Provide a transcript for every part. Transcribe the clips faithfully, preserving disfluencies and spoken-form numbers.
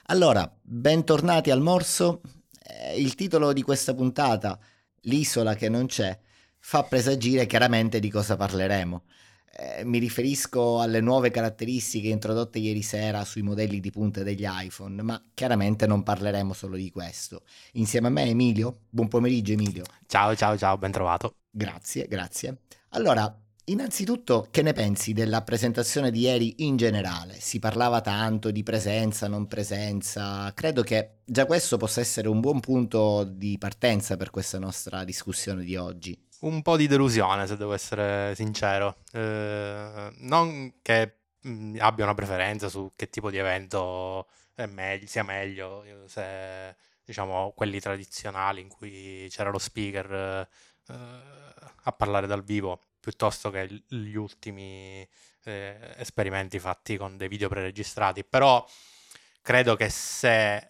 Allora, bentornati al Morso. Eh, il titolo di questa puntata, L'isola che non c'è, fa presagire chiaramente di cosa parleremo. Eh, mi riferisco alle nuove caratteristiche introdotte ieri sera sui modelli di punta degli iPhone, ma chiaramente non parleremo solo di questo. Insieme a me Emilio. Buon pomeriggio Emilio. Ciao, ciao, ciao, ben trovato. Grazie, grazie. Allora, innanzitutto, che ne pensi della presentazione di ieri in generale? Si parlava tanto di presenza, non presenza. Credo che già questo possa essere un buon punto di partenza per questa nostra discussione di oggi. Un po' di delusione, se devo essere sincero. Eh, non che mh, abbia una preferenza su che tipo di evento è meglio, sia meglio, eh, se diciamo quelli tradizionali in cui c'era lo speaker eh, a parlare dal vivo, piuttosto che l- gli ultimi eh, esperimenti fatti con dei video preregistrati. Però credo che se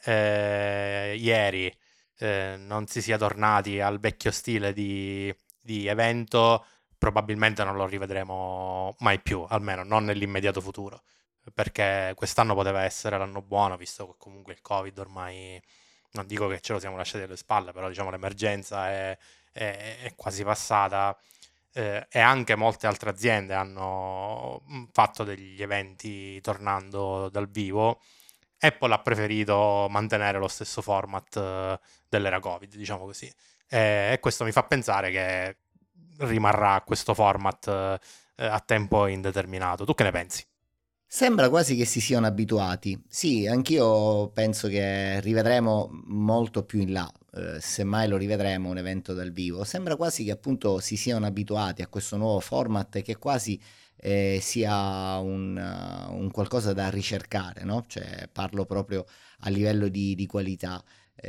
eh, ieri eh, non si sia tornati al vecchio stile di, di evento, probabilmente non lo rivedremo mai più, almeno non nell'immediato futuro, perché quest'anno poteva essere l'anno buono, visto che comunque il Covid ormai, non dico che ce lo siamo lasciati alle spalle, però diciamo l'emergenza è, è- è quasi passata. Eh, e anche molte altre aziende hanno mm, fatto degli eventi tornando dal vivo. Apple ha preferito mantenere lo stesso format eh, dell'era Covid, diciamo così. E, e questo mi fa pensare che rimarrà questo format eh, a tempo indeterminato. Tu che ne pensi? Sembra quasi che si siano abituati. Sì, anch'io penso che rivedremo molto più in là, eh, semmai lo rivedremo un evento dal vivo. Sembra quasi che appunto si siano abituati a questo nuovo format e che quasi eh, sia un, uh, un qualcosa da ricercare, no? Cioè, parlo proprio a livello di, di qualità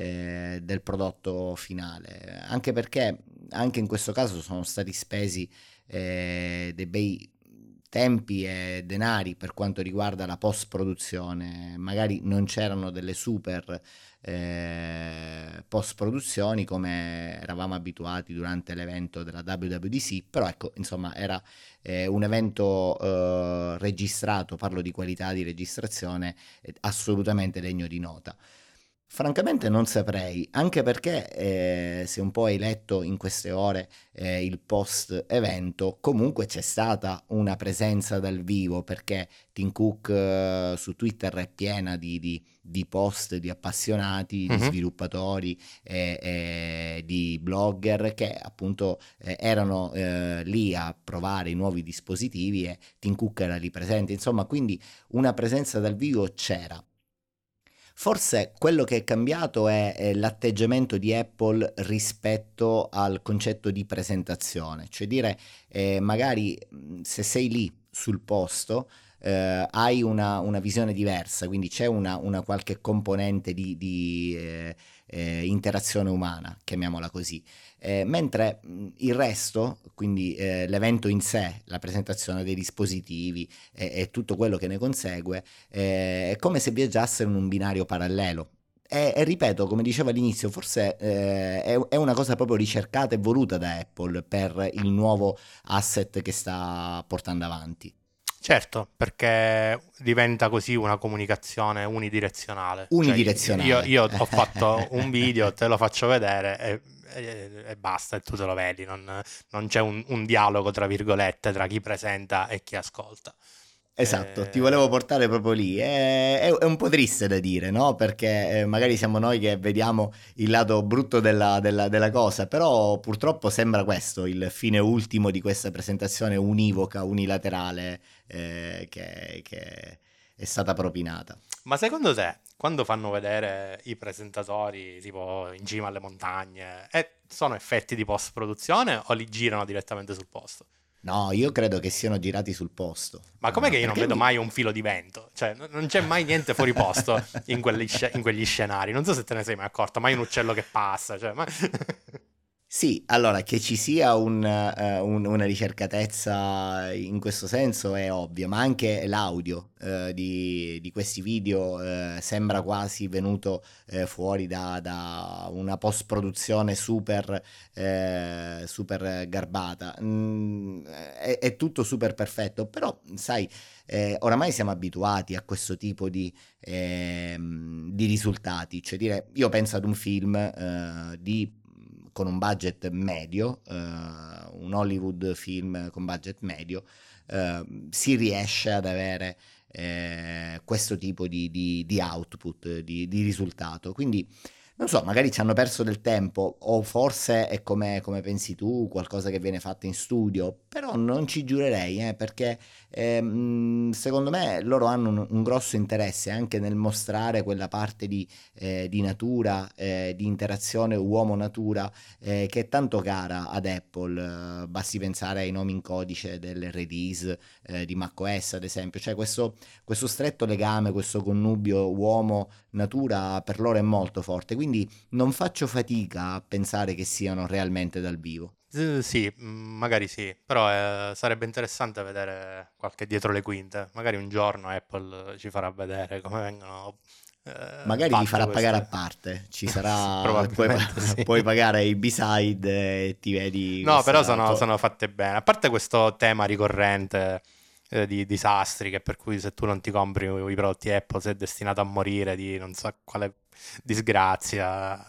eh, del prodotto finale. Anche perché anche in questo caso sono stati spesi eh, dei bei tempi e denari per quanto riguarda la post produzione. Magari non c'erano delle super eh, post produzioni come eravamo abituati durante l'evento della W W D C, però ecco, insomma, era eh, un evento eh, registrato, parlo di qualità di registrazione, eh, assolutamente degno di nota. Francamente non saprei, anche perché eh, se un po' hai letto in queste ore eh, il post evento, comunque c'è stata una presenza dal vivo, perché Tim Cook eh, su Twitter è piena di, di- di post di appassionati, di Mhm. sviluppatori e, e di blogger che appunto eh, erano eh, lì a provare i nuovi dispositivi e Tim Cook era lì presente, insomma, quindi una presenza dal vivo c'era. Forse quello che è cambiato è, è l'atteggiamento di Apple rispetto al concetto di presentazione, cioè dire eh, magari mh, se sei lì sul posto eh, hai una, una visione diversa, quindi c'è una, una qualche componente di, di, eh, eh, interazione umana, chiamiamola così. Eh, mentre mh, il resto, quindi eh, l'evento in sé, la presentazione dei dispositivi e, e tutto quello che ne consegue, eh, è come se viaggiassero in un binario parallelo. E, e ripeto, come dicevo all'inizio, forse eh, è, è una cosa proprio ricercata e voluta da Apple per il nuovo asset che sta portando avanti. Certo, perché diventa così una comunicazione unidirezionale. Cioè, io, Unidirezionale. io ho fatto un video, te lo faccio vedere e, e- e basta, e tu te lo vedi. Non, non c'è un, un dialogo, tra virgolette, tra chi presenta e chi ascolta. Esatto, ti volevo Eh, portare proprio lì. È, è- è un po' triste da dire, no? Perché eh, magari siamo noi che vediamo il lato brutto della, della- della cosa, però purtroppo sembra questo il fine ultimo di questa presentazione univoca, unilaterale, eh, che, che è stata propinata. ma secondo te, quando fanno vedere i presentatori tipo in cima alle montagne, eh, sono effetti di post-produzione o li girano direttamente sul posto? No, io credo che siano girati sul posto, Ma com'è eh, che io non perché vedo mi, mai un filo di vento? Cioè, n- non c'è mai niente fuori posto in, quelli sce- in quegli scenari. Non so se te ne sei mai accorto, mai un uccello che passa. Cioè, ma... Sì, allora che ci sia un, eh, un- una ricercatezza in questo senso è ovvio, ma anche l'audio eh, di, di questi video eh, sembra quasi venuto eh, fuori da, da una post-produzione super, eh, super garbata. Mm, è, è tutto super perfetto, però sai, eh, oramai siamo abituati a questo tipo di, ehm, di risultati, cioè dire, io penso ad un film eh, di con un budget medio, eh, un Hollywood film con budget medio, eh, si riesce ad avere eh, questo tipo di, di- di output, di, di risultato. Quindi, non so, magari ci hanno perso del tempo o forse è come, come pensi tu, qualcosa che viene fatto in studio, però non ci giurerei, eh, perché ehm, secondo me loro hanno un, un grosso interesse anche nel mostrare quella parte di, eh, di natura, eh, di interazione uomo-natura eh, che è tanto cara ad Apple, eh, basti pensare ai nomi in codice delle release eh, di macOS ad esempio, cioè questo, questo stretto legame, questo connubio uomo-natura per loro è molto forte, quindi non faccio fatica a pensare che siano realmente dal vivo. Eh, sì, mm, magari sì, però eh, sarebbe interessante vedere qualche dietro le quinte. Magari un giorno Apple ci farà vedere come vengono eh, Magari li fatte farà pagare a queste. parte, ci Sì, sarà, puoi, probabilmente sì. puoi pagare i B-side e ti vedi No, però questa... sono, co- sono fatte bene. A parte questo tema ricorrente eh, di disastri, che per cui se tu non ti compri i prodotti Apple sei destinato a morire di non so quale disgrazia.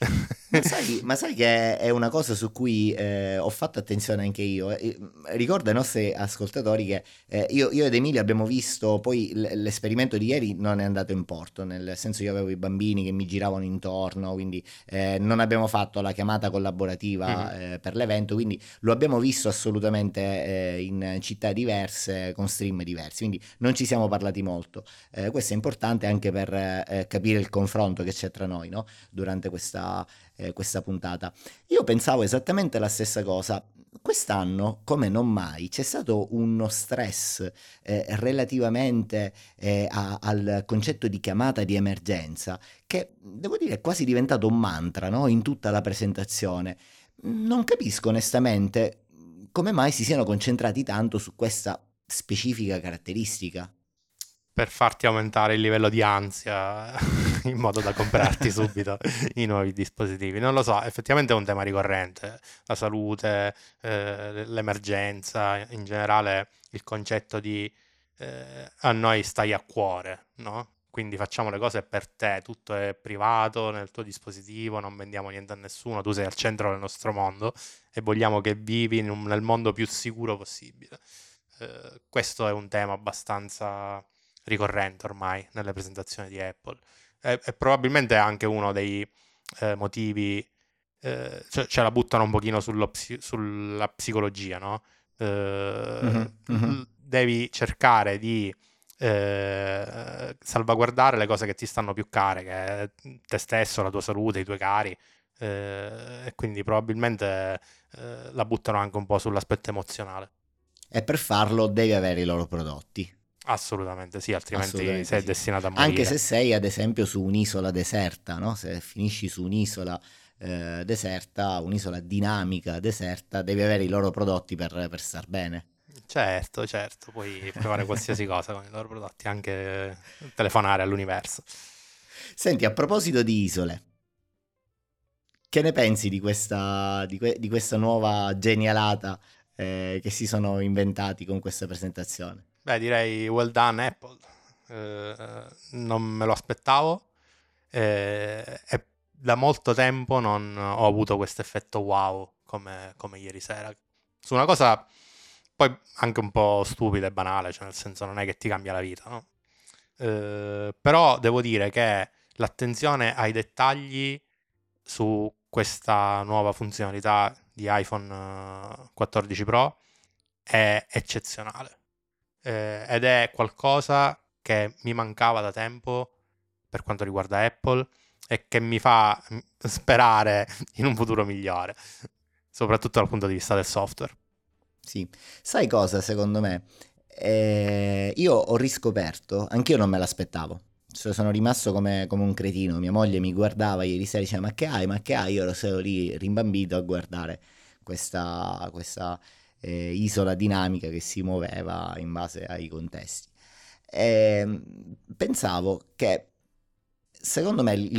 Ma sai, ma sai che è una cosa su cui eh, ho fatto attenzione anche io. Eh, ricordo ai nostri ascoltatori che eh, io, io ed Emilio abbiamo visto, poi l- l'esperimento di ieri non è andato in porto, nel senso io avevo i bambini che mi giravano intorno, quindi eh, non abbiamo fatto la chiamata Mhm. collaborativa eh, per l'evento, quindi lo abbiamo visto assolutamente eh, in città diverse, con stream diversi, quindi non ci siamo parlati molto. Eh, questo è importante anche per eh, capire il confronto che c'è tra noi, no? Durante questa eh, questa puntata. Io pensavo esattamente la stessa cosa. Quest'anno, come non mai, c'è stato uno stress eh, relativamente eh, a- al concetto di chiamata di emergenza che, devo dire, è quasi diventato un mantra, no? In tutta la presentazione. Non capisco onestamente come mai si siano concentrati tanto su questa specifica caratteristica. Per farti aumentare il livello di ansia in modo da comprarti subito i nuovi dispositivi. Non lo so, effettivamente è un tema ricorrente. La salute, eh, l'emergenza, in generale il concetto di eh, a noi stai a cuore, no? Quindi facciamo le cose per te, tutto è privato nel tuo dispositivo, non vendiamo niente a nessuno, tu sei al centro del nostro mondo e vogliamo che vivi in un- nel mondo più sicuro possibile. Eh, questo è un tema abbastanza ricorrente ormai nelle presentazioni di Apple. E, e probabilmente è anche uno dei eh, motivi, eh, cioè, ce la buttano un pochino sullo psi- sulla psicologia, no? Eh, Mhm, mhm. l- devi cercare di eh, salvaguardare le cose che ti stanno più care, che è te stesso, la tua salute, i tuoi cari, eh, e quindi probabilmente eh, la buttano anche un po' sull'aspetto emozionale. E per farlo devi avere i loro prodotti. Assolutamente sì, altrimenti Assolutamente sei sì. destinato a Anche se morire. sei ad esempio su un'isola deserta, no? Se finisci su un'isola eh, deserta, un'isola dinamica deserta, devi avere i loro prodotti per, per star bene. Certo, certo, puoi provare qualsiasi cosa con i loro prodotti, anche telefonare all'universo. Senti, a proposito di isole, che ne pensi di questa, di que- di questa nuova genialata eh, che si sono inventati con questa presentazione? Beh, direi well done Apple. Eh, non me lo aspettavo eh, e da molto tempo non ho avuto questo effetto wow come, come ieri sera. Su una cosa poi anche un po' stupida e banale, cioè nel senso non è che ti cambia la vita, no? Eh, però devo dire che l'attenzione ai dettagli su questa nuova funzionalità di iPhone eh, quattordici Pro è eccezionale. Eh, ed è qualcosa che mi mancava da tempo per quanto riguarda Apple e che mi fa mm, sperare in un futuro migliore, soprattutto dal punto di vista del software. Sì, sai cosa secondo me? Eh, io ho riscoperto, anch'io non me l'aspettavo, So- sono rimasto come, come un cretino. Mia moglie mi guardava ieri sera e diceva: Ma che hai? Ma che hai? Io ero solo lì rimbambito a guardare questa, questa eh, isola dinamica che si muoveva in base ai contesti. E pensavo che secondo me il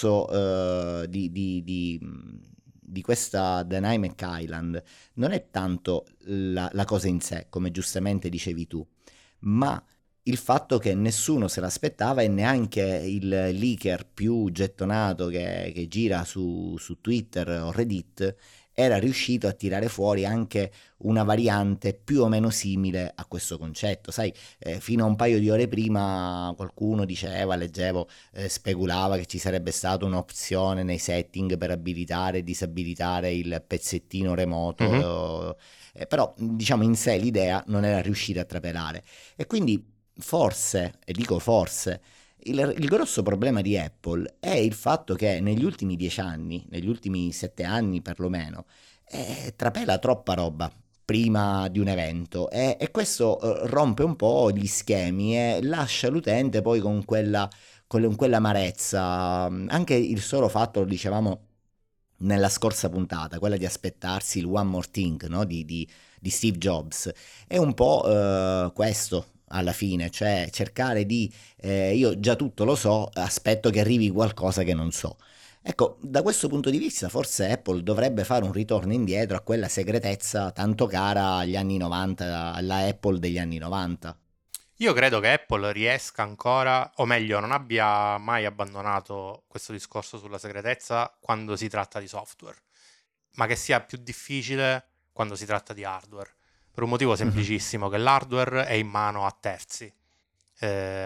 grosso eh, di, di- di- di questa Dynamic Island non è tanto la, la cosa in sé, come giustamente dicevi tu, ma il fatto che nessuno se l'aspettava e neanche il leaker più gettonato che, che gira su, su Twitter o Reddit era riuscito a tirare fuori anche una variante più o meno simile a questo concetto. Sai, eh, fino a un paio di ore prima qualcuno diceva, leggevo, eh, speculava che ci sarebbe stata un'opzione nei setting per abilitare e disabilitare il pezzettino Mhm. remoto, eh, però diciamo in sé l'idea non era riuscita a trapelare. E quindi forse, e dico forse, il, il grosso problema di Apple è il fatto che negli ultimi dieci anni, negli ultimi sette anni perlomeno, eh, trapela troppa roba prima di un evento e, e questo eh, rompe un po' gli schemi e lascia l'utente poi con quella, con quella amarezza. Anche il solo fatto, lo dicevamo nella scorsa puntata, quella di aspettarsi il One More Thing, no? di, di- di Steve Jobs, è un po' eh, questo alla fine, cioè cercare di, eh, io già tutto lo so, aspetto che arrivi qualcosa che non so. Ecco, da questo punto di vista forse Apple dovrebbe fare un ritorno indietro a quella segretezza tanto cara agli anni novanta, alla Apple degli anni novanta. Io credo che Apple riesca ancora, o meglio, non abbia mai abbandonato questo discorso sulla segretezza quando si tratta di software, ma che sia più difficile quando si tratta di hardware, per un motivo Mhm. semplicissimo, che l'hardware è in mano a terzi, eh,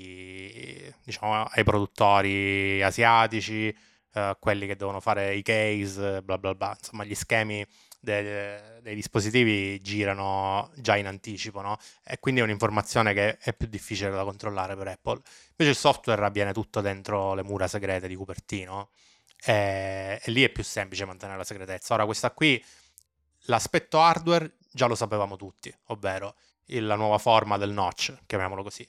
ai, diciamo, ai produttori asiatici, eh, quelli che devono fare i case, bla bla bla, insomma gli schemi dei, dei dispositivi girano già in anticipo, no? E quindi è un'informazione che è più difficile da controllare per Apple. Invece il software avviene tutto dentro le mura segrete di Cupertino e, e lì è più semplice mantenere la segretezza. Ora, questa qui, l'aspetto hardware già lo sapevamo tutti, ovvero il- la nuova forma del notch, chiamiamolo così.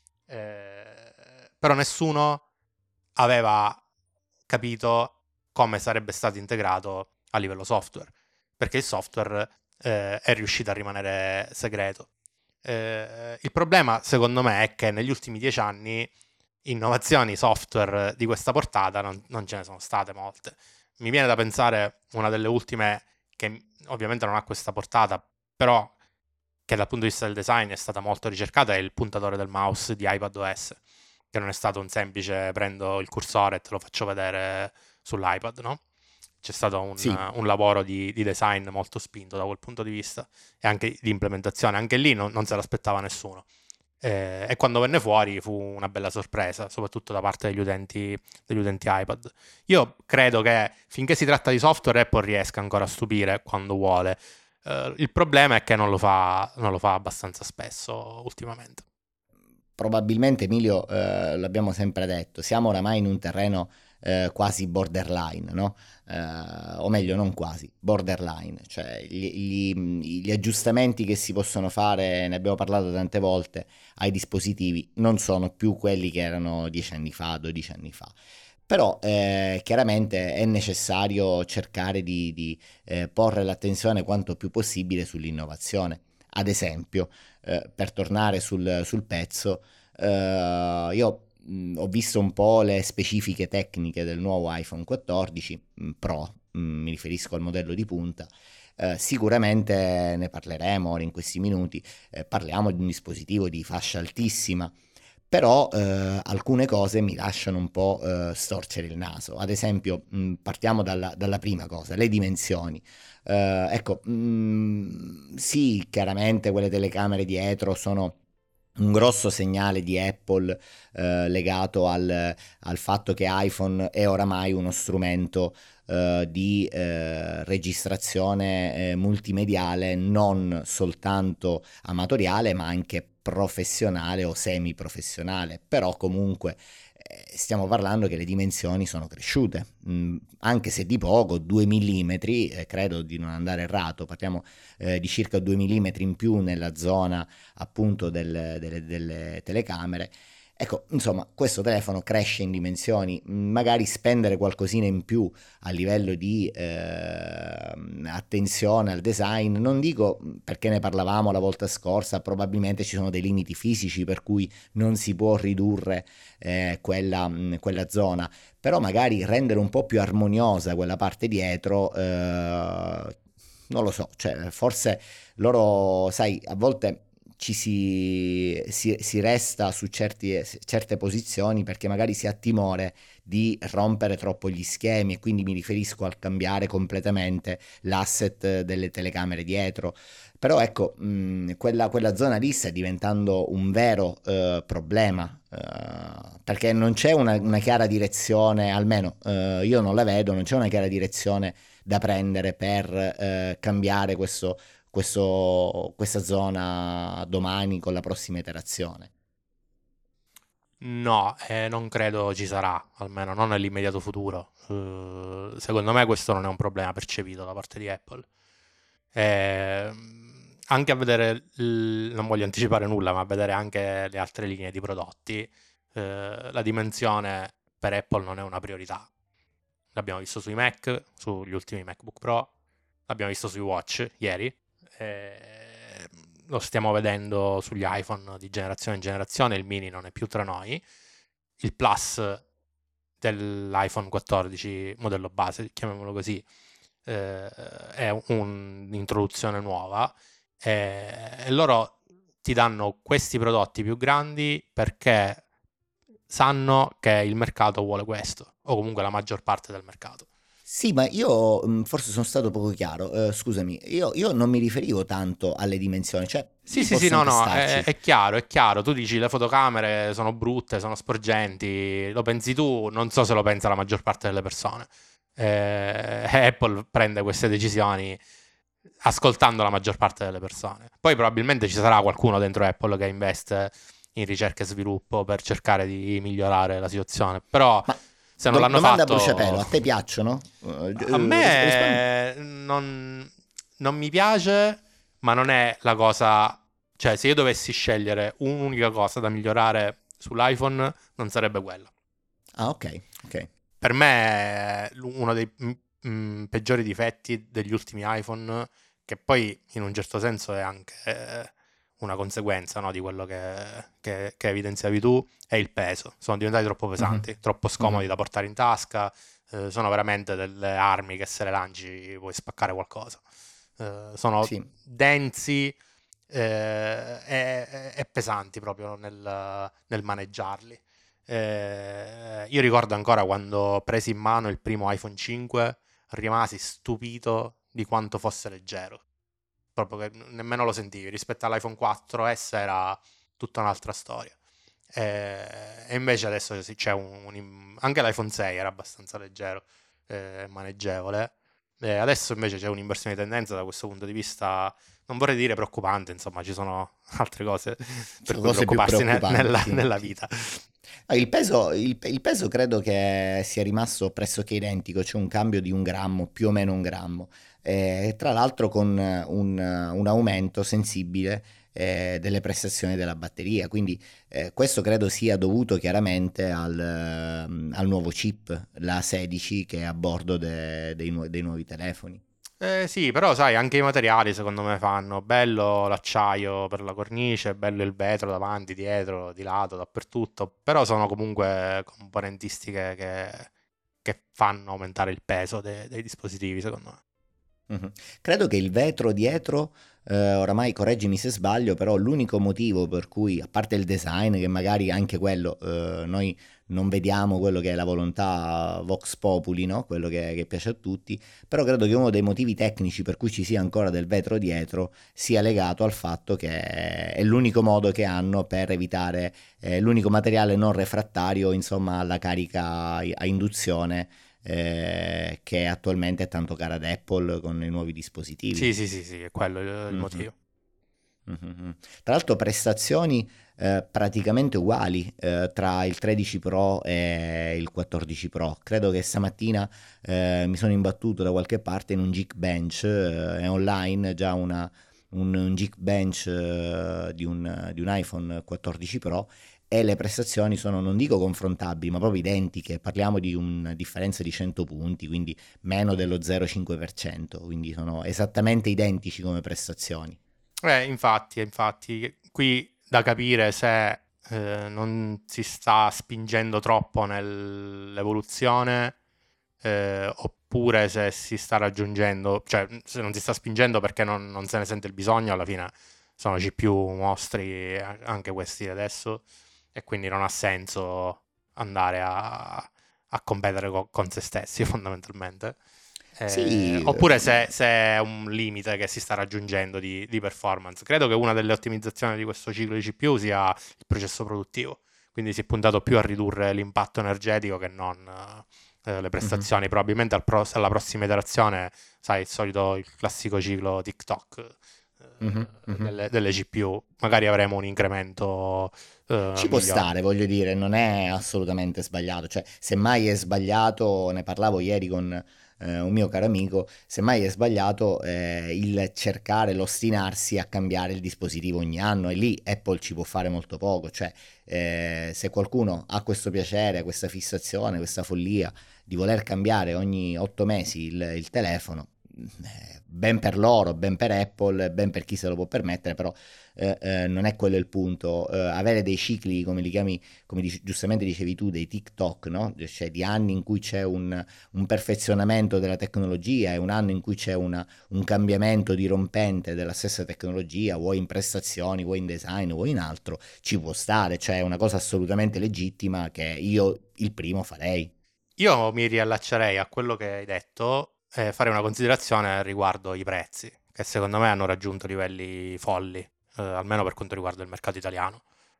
Eh, però nessuno aveva capito come sarebbe stato integrato a livello software, perché il software eh, è riuscito a rimanere segreto. Eh, il problema, secondo me, è che negli ultimi dieci anni innovazioni software di questa portata non, non ce ne sono state molte. Mi viene da pensare una delle ultime che ovviamente non ha questa portata, però che dal punto di vista del design è stata molto ricercata, è il puntatore del mouse di iPadOS, che non è stato un semplice prendo il cursore e te lo faccio vedere sull'iPad, no? C'è stato un, Sì. un lavoro di, di design molto spinto da quel punto di vista e anche di implementazione. Anche lì non, non se l'aspettava nessuno. Eh, e quando venne fuori fu una bella sorpresa, soprattutto da parte degli utenti, degli utenti iPad. Io credo che finché si tratta di software, Apple riesca ancora a stupire quando vuole. Eh, il problema è che non lo fa, non lo fa abbastanza spesso ultimamente. Probabilmente Emilio, eh, l'abbiamo sempre detto, siamo oramai in un terreno eh, quasi borderline, no? Eh, o meglio, non quasi, borderline, cioè gli, gli- gli aggiustamenti che si possono fare, ne abbiamo parlato tante volte, ai dispositivi non sono più quelli che erano dieci anni fa, dodici anni fa. Però eh, chiaramente è necessario cercare di, di, eh, porre l'attenzione quanto più possibile sull'innovazione. Ad esempio, eh, per tornare sul, sul pezzo, eh, io mh, ho visto un po' le specifiche tecniche del nuovo iPhone quattordici mh, Pro, mh, mi riferisco al modello di punta. Eh, sicuramente ne parleremo ora in questi minuti. Eh, parliamo di un dispositivo di fascia altissima, però eh, alcune cose mi lasciano un po' eh, storcere il naso. Ad esempio, mh, partiamo dalla, dalla prima cosa, le dimensioni. Eh, ecco, mh, sì, chiaramente quelle telecamere dietro sono un grosso segnale di Apple eh, legato al, al fatto che iPhone è oramai uno strumento eh, di eh, registrazione eh, multimediale non soltanto amatoriale ma anche professionale o semiprofessionale, però comunque eh, stiamo parlando che le dimensioni sono cresciute, mm, anche se di poco, due millimetri, eh, credo di non andare errato, parliamo eh, di circa due millimetri in più nella zona appunto del- delle, delle telecamere. Ecco, insomma, questo telefono cresce in dimensioni, mh, magari spendere qualcosina in più a livello di eh, attenzione al design, non dico mh, perché ne parlavamo la volta scorsa, probabilmente ci sono dei limiti fisici per cui non si può ridurre eh, quella, mh, quella zona, però magari rendere un po' più armoniosa quella parte dietro, eh, non lo so, cioè forse loro, sai, a volte ci si, si, si resta su certi, certe posizioni perché magari si ha timore di rompere troppo gli schemi, e quindi mi riferisco al cambiare completamente l'asset delle telecamere dietro. Però ecco, mh, quella, quella zona lì sta diventando un vero eh, problema, eh, perché non c'è una, una chiara direzione, almeno eh, io non la vedo, non c'è una chiara direzione da prendere per eh, cambiare questo questo, questa zona domani con la prossima iterazione. No, eh, non credo ci sarà, almeno non nell'immediato futuro. Eh, secondo me questo non è un problema percepito da parte di Apple. Eh, anche a vedere, il- non voglio anticipare nulla, ma a vedere anche le altre linee di prodotti, eh, la dimensione per Apple non è una priorità. L'abbiamo visto sui Mac, sugli ultimi MacBook Pro, l'abbiamo visto sui Watch ieri, eh, lo stiamo vedendo sugli iPhone di generazione in generazione, il mini non è più tra noi, il Plus dell'iPhone quattordici modello base, chiamiamolo così, eh, è un'introduzione nuova eh, e loro ti danno questi prodotti più grandi perché sanno che il mercato vuole questo, o comunque la maggior parte del mercato. Sì, ma io mh, forse sono stato poco chiaro, eh, scusami, io, io non mi riferivo tanto alle dimensioni, cioè Sì, io sì, sì, posso no, anche no, è, starci. è chiaro, è chiaro. Tu dici le fotocamere sono brutte, sono sporgenti, lo pensi tu, non so se lo pensa la maggior parte delle persone. Eh, Apple prende queste decisioni ascoltando la maggior parte delle persone. Poi probabilmente ci sarà qualcuno dentro Apple che investe in ricerca e sviluppo per cercare di migliorare la situazione, però Ma se non do- l'hanno domanda a fatto... bruciapelo, a te piacciono? Eh, A eh, ris- rispondi. me non, non mi piace, ma non è la cosa... Cioè, se io dovessi scegliere un'unica cosa da migliorare sull'iPhone, non sarebbe quella. Ah, ok, ok. Per me è uno dei mm, mm, peggiori difetti degli ultimi iPhone, che poi in un certo senso è anche eh, una conseguenza, no, di quello che, che- che evidenziavi tu, è il peso. Sono diventati troppo Mhm, pesanti, troppo scomodi mhm. da portare in tasca, eh, sono veramente delle armi che se le lanci puoi spaccare qualcosa. Eh, sono Sì. densi eh, e, e pesanti proprio nel, nel maneggiarli. Eh, io ricordo ancora quando presi in mano il primo iPhone cinque, rimasi stupito di quanto fosse leggero. Proprio che nemmeno lo sentivi. Rispetto all'iPhone quattro S era tutta un'altra storia. Eh, e invece adesso sì, c'è un, un- anche l'iPhone sei era abbastanza leggero, eh, maneggevole. Eh, adesso invece c'è un'inversione di tendenza da questo punto di vista, non vorrei dire preoccupante, insomma, ci sono altre cose Ci per sono cui cose più preoccuparsi ne- preoccupanti, nella, sì, nella sì. vita. Ah, Il peso, il, il peso credo che sia rimasto pressoché identico, c'è un cambio di un grammo, più o meno un grammo, eh, tra l'altro con eh, un, eh, un aumento sensibile eh, delle prestazioni della batteria, quindi eh, questo credo sia dovuto chiaramente al, ehm, al nuovo chip, l'A sedici che è a bordo de- dei, nu- dei nuovi telefoni. Eh, sì, però sai, anche i materiali secondo me fanno. Bello l'acciaio per la cornice, bello il vetro davanti, dietro, di lato, dappertutto. Però sono comunque componentistiche che, che fanno aumentare il peso de- dei dispositivi, secondo me. Mhm. Credo che il vetro dietro, eh, oramai correggimi se sbaglio, però l'unico motivo per cui, a parte il design, che magari anche quello, eh, noi non vediamo quello che è la volontà Vox Populi, no? Quello che, che piace a tutti, però credo che uno dei motivi tecnici per cui ci sia ancora del vetro dietro sia legato al fatto che è l'unico modo che hanno per evitare, eh, l'unico materiale non refrattario, insomma, alla carica a induzione eh, che attualmente è tanto cara ad Apple con i nuovi dispositivi. Sì, sì, sì, sì, è quello il, il Mhm, motivo. mhm. Tra l'altro prestazioni eh, praticamente uguali eh, tra il tredici Pro e il quattordici Pro. Credo che stamattina eh, mi sono imbattuto da qualche parte in un Geekbench, eh, è online già una, un, un Geekbench eh, di, un, di un iPhone quattordici Pro e le prestazioni sono, non dico confrontabili, ma proprio identiche. Parliamo di una differenza di cento punti, quindi meno dello zero virgola cinque per cento, quindi sono esattamente identici come prestazioni. Eh, infatti, infatti, qui da capire se eh, non si sta spingendo troppo nell'evoluzione eh, oppure se si sta raggiungendo, cioè se non si sta spingendo perché non, non se ne sente il bisogno, alla fine sono G P U mostri anche questi adesso, e quindi non ha senso andare a, a competere co- con se stessi fondamentalmente. Eh, Sì, oppure ehm, se, se è un limite che si sta raggiungendo di, di performance. Credo che una delle ottimizzazioni di questo ciclo di C P U sia il processo produttivo, quindi si è puntato più a ridurre l'impatto energetico che non eh, le mhm. prestazioni. Probabilmente al pro- alla prossima iterazione, sai, il solito, il classico ciclo TikTok Mhm, eh, mhm. delle, delle G P U, magari avremo un incremento eh, Ci può migliore. stare, voglio dire, non è assolutamente sbagliato, cioè semmai è sbagliato, ne parlavo ieri con eh, un mio caro amico, semmai è sbagliato eh, il cercare, l'ostinarsi a cambiare il dispositivo ogni anno e lì Apple ci può fare molto poco, cioè eh, se qualcuno ha questo piacere, questa fissazione, questa follia di voler cambiare ogni otto mesi il, il telefono, eh, ben per loro, ben per Apple, ben per chi se lo può permettere, però eh, eh, non è quello il punto. Eh, avere dei cicli, come li chiami, come dici, giustamente dicevi tu, dei TikTok, no? Cioè di anni in cui c'è un, un perfezionamento della tecnologia e un anno in cui c'è una, un cambiamento dirompente della stessa tecnologia, vuoi in prestazioni, vuoi in design, vuoi in altro, ci può stare, cioè è una cosa assolutamente legittima che io il primo farei. Io mi riallaccerei a quello che hai detto e fare una considerazione riguardo i prezzi, che secondo me hanno raggiunto livelli folli, eh, almeno per quanto riguarda il mercato italiano.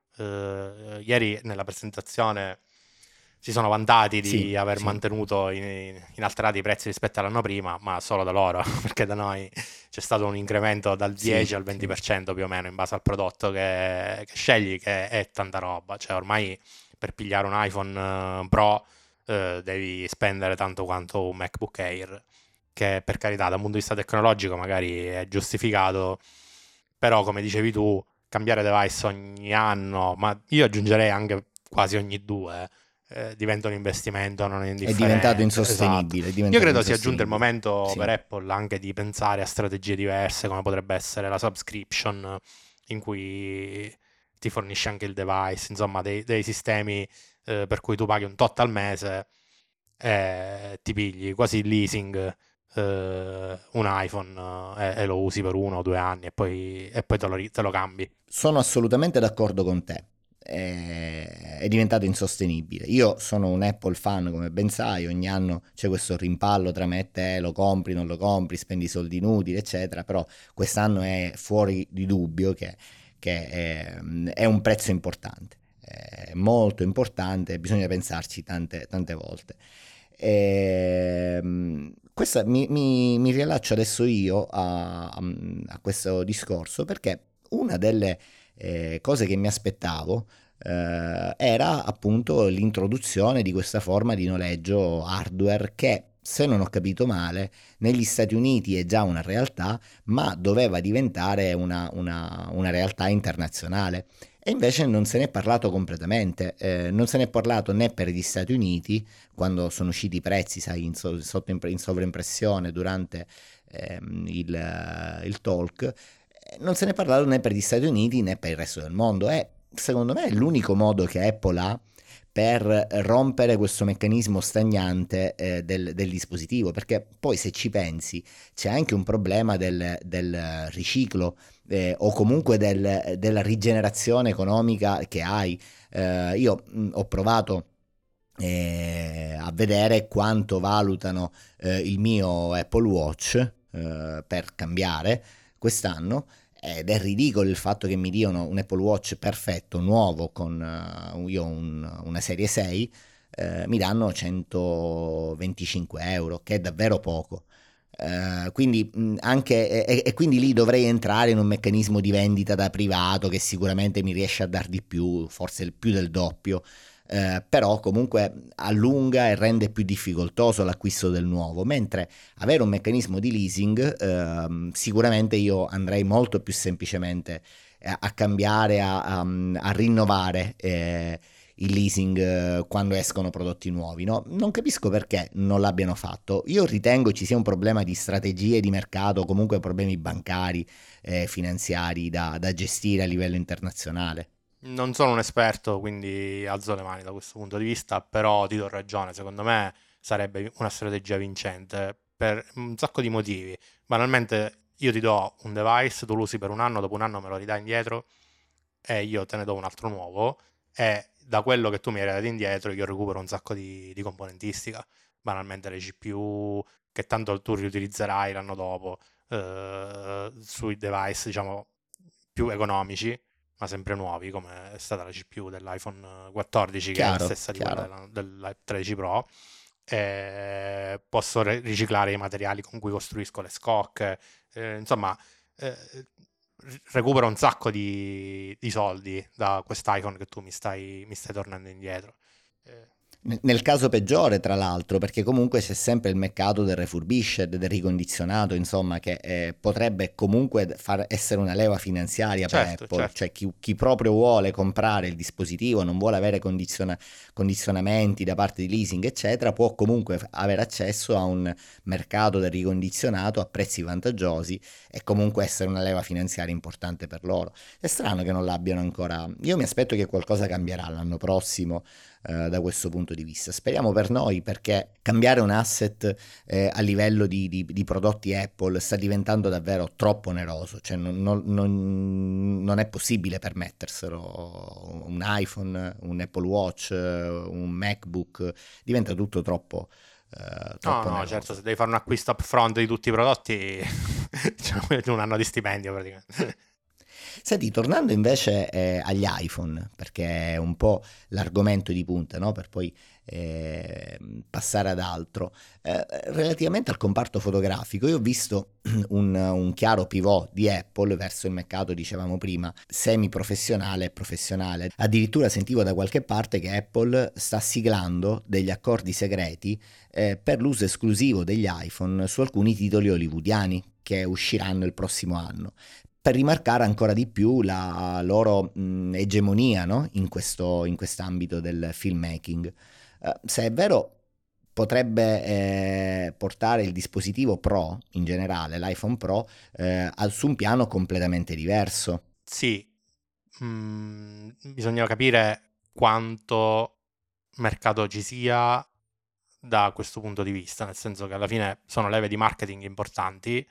Eh, ieri nella presentazione si sono vantati Sì, di aver sì, mantenuto in- inalterati i prezzi rispetto all'anno prima, ma solo da loro, perché da noi c'è stato un incremento dal sì, dieci al sì. venti per cento più o meno in base al prodotto che, che scegli, che è tanta roba. Cioè ormai per pigliare un iPhone eh, Pro eh, devi spendere tanto quanto un MacBook Air, che per carità da un punto di vista tecnologico magari è giustificato, però come dicevi tu, cambiare device ogni anno, ma io aggiungerei anche quasi ogni due, eh, diventa un investimento non È diventato indifferente. Esatto. insostenibile, è Io diventato credo sia giunto il insostenibile. momento per Sì. Apple anche di pensare a strategie diverse, come potrebbe essere la subscription, in cui ti fornisce anche il device, insomma, dei, dei sistemi eh, per cui tu paghi un tot al mese e ti pigli quasi il leasing eh, un iPhone eh, e, e lo usi per uno o due anni e poi, e poi te, lo, ri- te lo cambi. Sono assolutamente d'accordo con te. È, è diventato insostenibile. Io sono un Apple fan, come ben sai, ogni anno c'è questo rimpallo tra me e te, lo compri, non lo compri, spendi soldi inutili, eccetera, però quest'anno è fuori di dubbio che, che è, è un prezzo importante, è molto importante, bisogna pensarci tante, tante volte. E, questa, mi, mi, mi riallaccio adesso io a, a, a questo discorso perché una delle eh, cose che mi aspettavo eh, era appunto l'introduzione di questa forma di noleggio hardware che, se non ho capito male, negli Stati Uniti è già una realtà, ma doveva diventare una, una, una realtà internazionale. E invece non se ne è parlato completamente, eh, non se ne è parlato né per gli Stati Uniti, quando sono usciti i prezzi, sai, in, so, sotto impre- in sovraimpressione durante ehm, il, il talk, non se ne è parlato né per gli Stati Uniti né per il resto del mondo. È, secondo me, è l'unico modo che Apple ha per rompere questo meccanismo stagnante eh, del, del dispositivo, perché poi se ci pensi c'è anche un problema del, del riciclo eh, o comunque del, della rigenerazione economica che hai. Eh, io mh, ho provato eh, a vedere quanto valutano eh, il mio Apple Watch eh, per cambiare quest'anno ed è ridicolo il fatto che mi diano un Apple Watch perfetto, nuovo, con uh, io ho un, una serie sei, eh, mi danno centoventicinque euro, che è davvero poco. Uh, quindi mh, anche e, e quindi lì dovrei entrare in un meccanismo di vendita da privato che sicuramente mi riesce a dar di più, forse più del doppio. Uh, però comunque allunga e rende più difficoltoso l'acquisto del nuovo, mentre avere un meccanismo di leasing, ehm, sicuramente io andrei molto più semplicemente a, a cambiare, a, a, a rinnovare eh, il leasing eh, quando escono prodotti nuovi, no? Non capisco perché non l'abbiano fatto. Io ritengo ci sia un problema di strategie di mercato, comunque problemi bancari, eh, finanziari da, da gestire a livello internazionale. Non sono un esperto, quindi alzo le mani da questo punto di vista, però ti do ragione, secondo me sarebbe una strategia vincente per un sacco di motivi. Banalmente io ti do un device, tu lo usi per un anno, dopo un anno me lo ridai indietro e io te ne do un altro nuovo e da quello che tu mi hai dato indietro io recupero un sacco di, di componentistica, banalmente le C P U che tanto tu riutilizzerai l'anno dopo, eh, sui device diciamo più economici ma sempre nuovi come è stata la C P U dell'iPhone quattordici che è la Chiaro, stessa di quella chiaro. della, del tredici Pro. E posso re- riciclare i materiali con cui costruisco le scocche, eh, insomma eh, recupero un sacco di, di soldi da quest'iPhone che tu mi stai, mi stai tornando indietro. Eh, Nel caso peggiore, tra l'altro, perché comunque c'è sempre il mercato del refurbished, del ricondizionato, insomma, che eh, potrebbe comunque far essere una leva finanziaria per certo, Apple. certo. Cioè, chi, chi proprio vuole comprare il dispositivo, non vuole avere condiziona- condizionamenti da parte di leasing, eccetera, può comunque f- avere accesso a un mercato del ricondizionato a prezzi vantaggiosi e comunque essere una leva finanziaria importante per loro. È strano che non l'abbiano ancora. Io mi aspetto che qualcosa cambierà l'anno prossimo eh, da questo punto di vista. Speriamo per noi, perché cambiare un asset eh, a livello di, di- di prodotti Apple sta diventando davvero troppo oneroso, cioè non, non- non- non è possibile permetterselo. Un iPhone, un Apple Watch, eh, un MacBook, diventa tutto troppo, eh, No, troppo no, certo, se oneroso. devi fare un acquisto upfront di tutti i prodotti, diciamo, è un anno di stipendio praticamente. Senti, tornando invece eh, agli iPhone, perché è un po' l'argomento di punta, no? Per poi eh, passare ad altro. Eh, relativamente al comparto fotografico, io ho visto un, un chiaro pivot di Apple verso il mercato, dicevamo prima, semi-professionale e professionale. Addirittura sentivo da qualche parte che Apple sta siglando degli accordi segreti eh, per l'uso esclusivo degli iPhone su alcuni titoli hollywoodiani che usciranno il prossimo anno, per rimarcare ancora di più la loro mh, egemonia, no? in, questo, in quest'ambito del filmmaking. Eh, se è vero, potrebbe eh, portare il dispositivo Pro, in generale l'iPhone Pro, eh, al- su un piano completamente diverso. Sì, mm, bisogna capire quanto mercato ci sia da questo punto di vista, nel senso che alla fine sono leve di marketing importanti,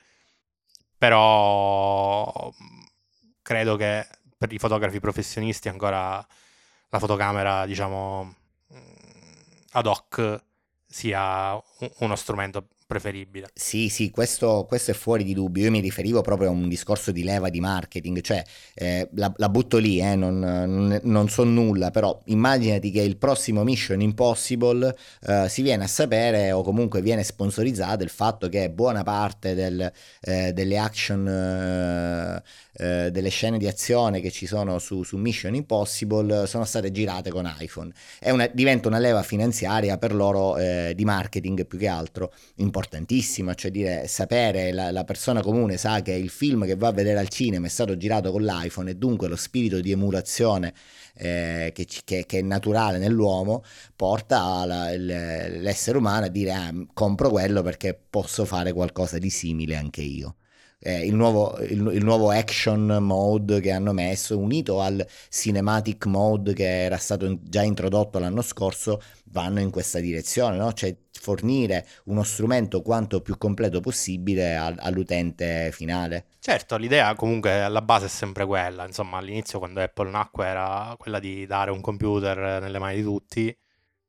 però mm, credo che per i fotografi professionisti ancora la fotocamera, diciamo, mm, ad hoc sia u- uno strumento preferibile. Sì, sì, questo, questo è fuori di dubbio. Io mi riferivo proprio a un discorso di leva di marketing, cioè eh, la, la butto lì, eh, non, non, non so nulla, però immaginati che il prossimo Mission Impossible eh, si viene a sapere o comunque viene sponsorizzato il fatto che buona parte del, eh, delle action, eh, eh, delle scene di azione che ci sono su, su Mission Impossible sono state girate con iPhone. È una, diventa una leva finanziaria per loro eh, di marketing più che altro importantissima, cioè dire sapere, la, la persona comune sa che il film che va a vedere al cinema è stato girato con l'iPhone e dunque lo spirito di emulazione eh, che, che, che è naturale nell'uomo porta la, il, l'essere umano a dire ah, compro quello perché posso fare qualcosa di simile anche io. Eh, il, nuovo, il, il nuovo action mode che hanno messo, unito al cinematic mode che era stato già introdotto l'anno scorso, vanno in questa direzione, no? Cioè fornire uno strumento quanto più completo possibile al- all'utente finale. Certo, l'idea comunque alla base è sempre quella, insomma, all'inizio quando Apple nacque era quella di dare un computer nelle mani di tutti,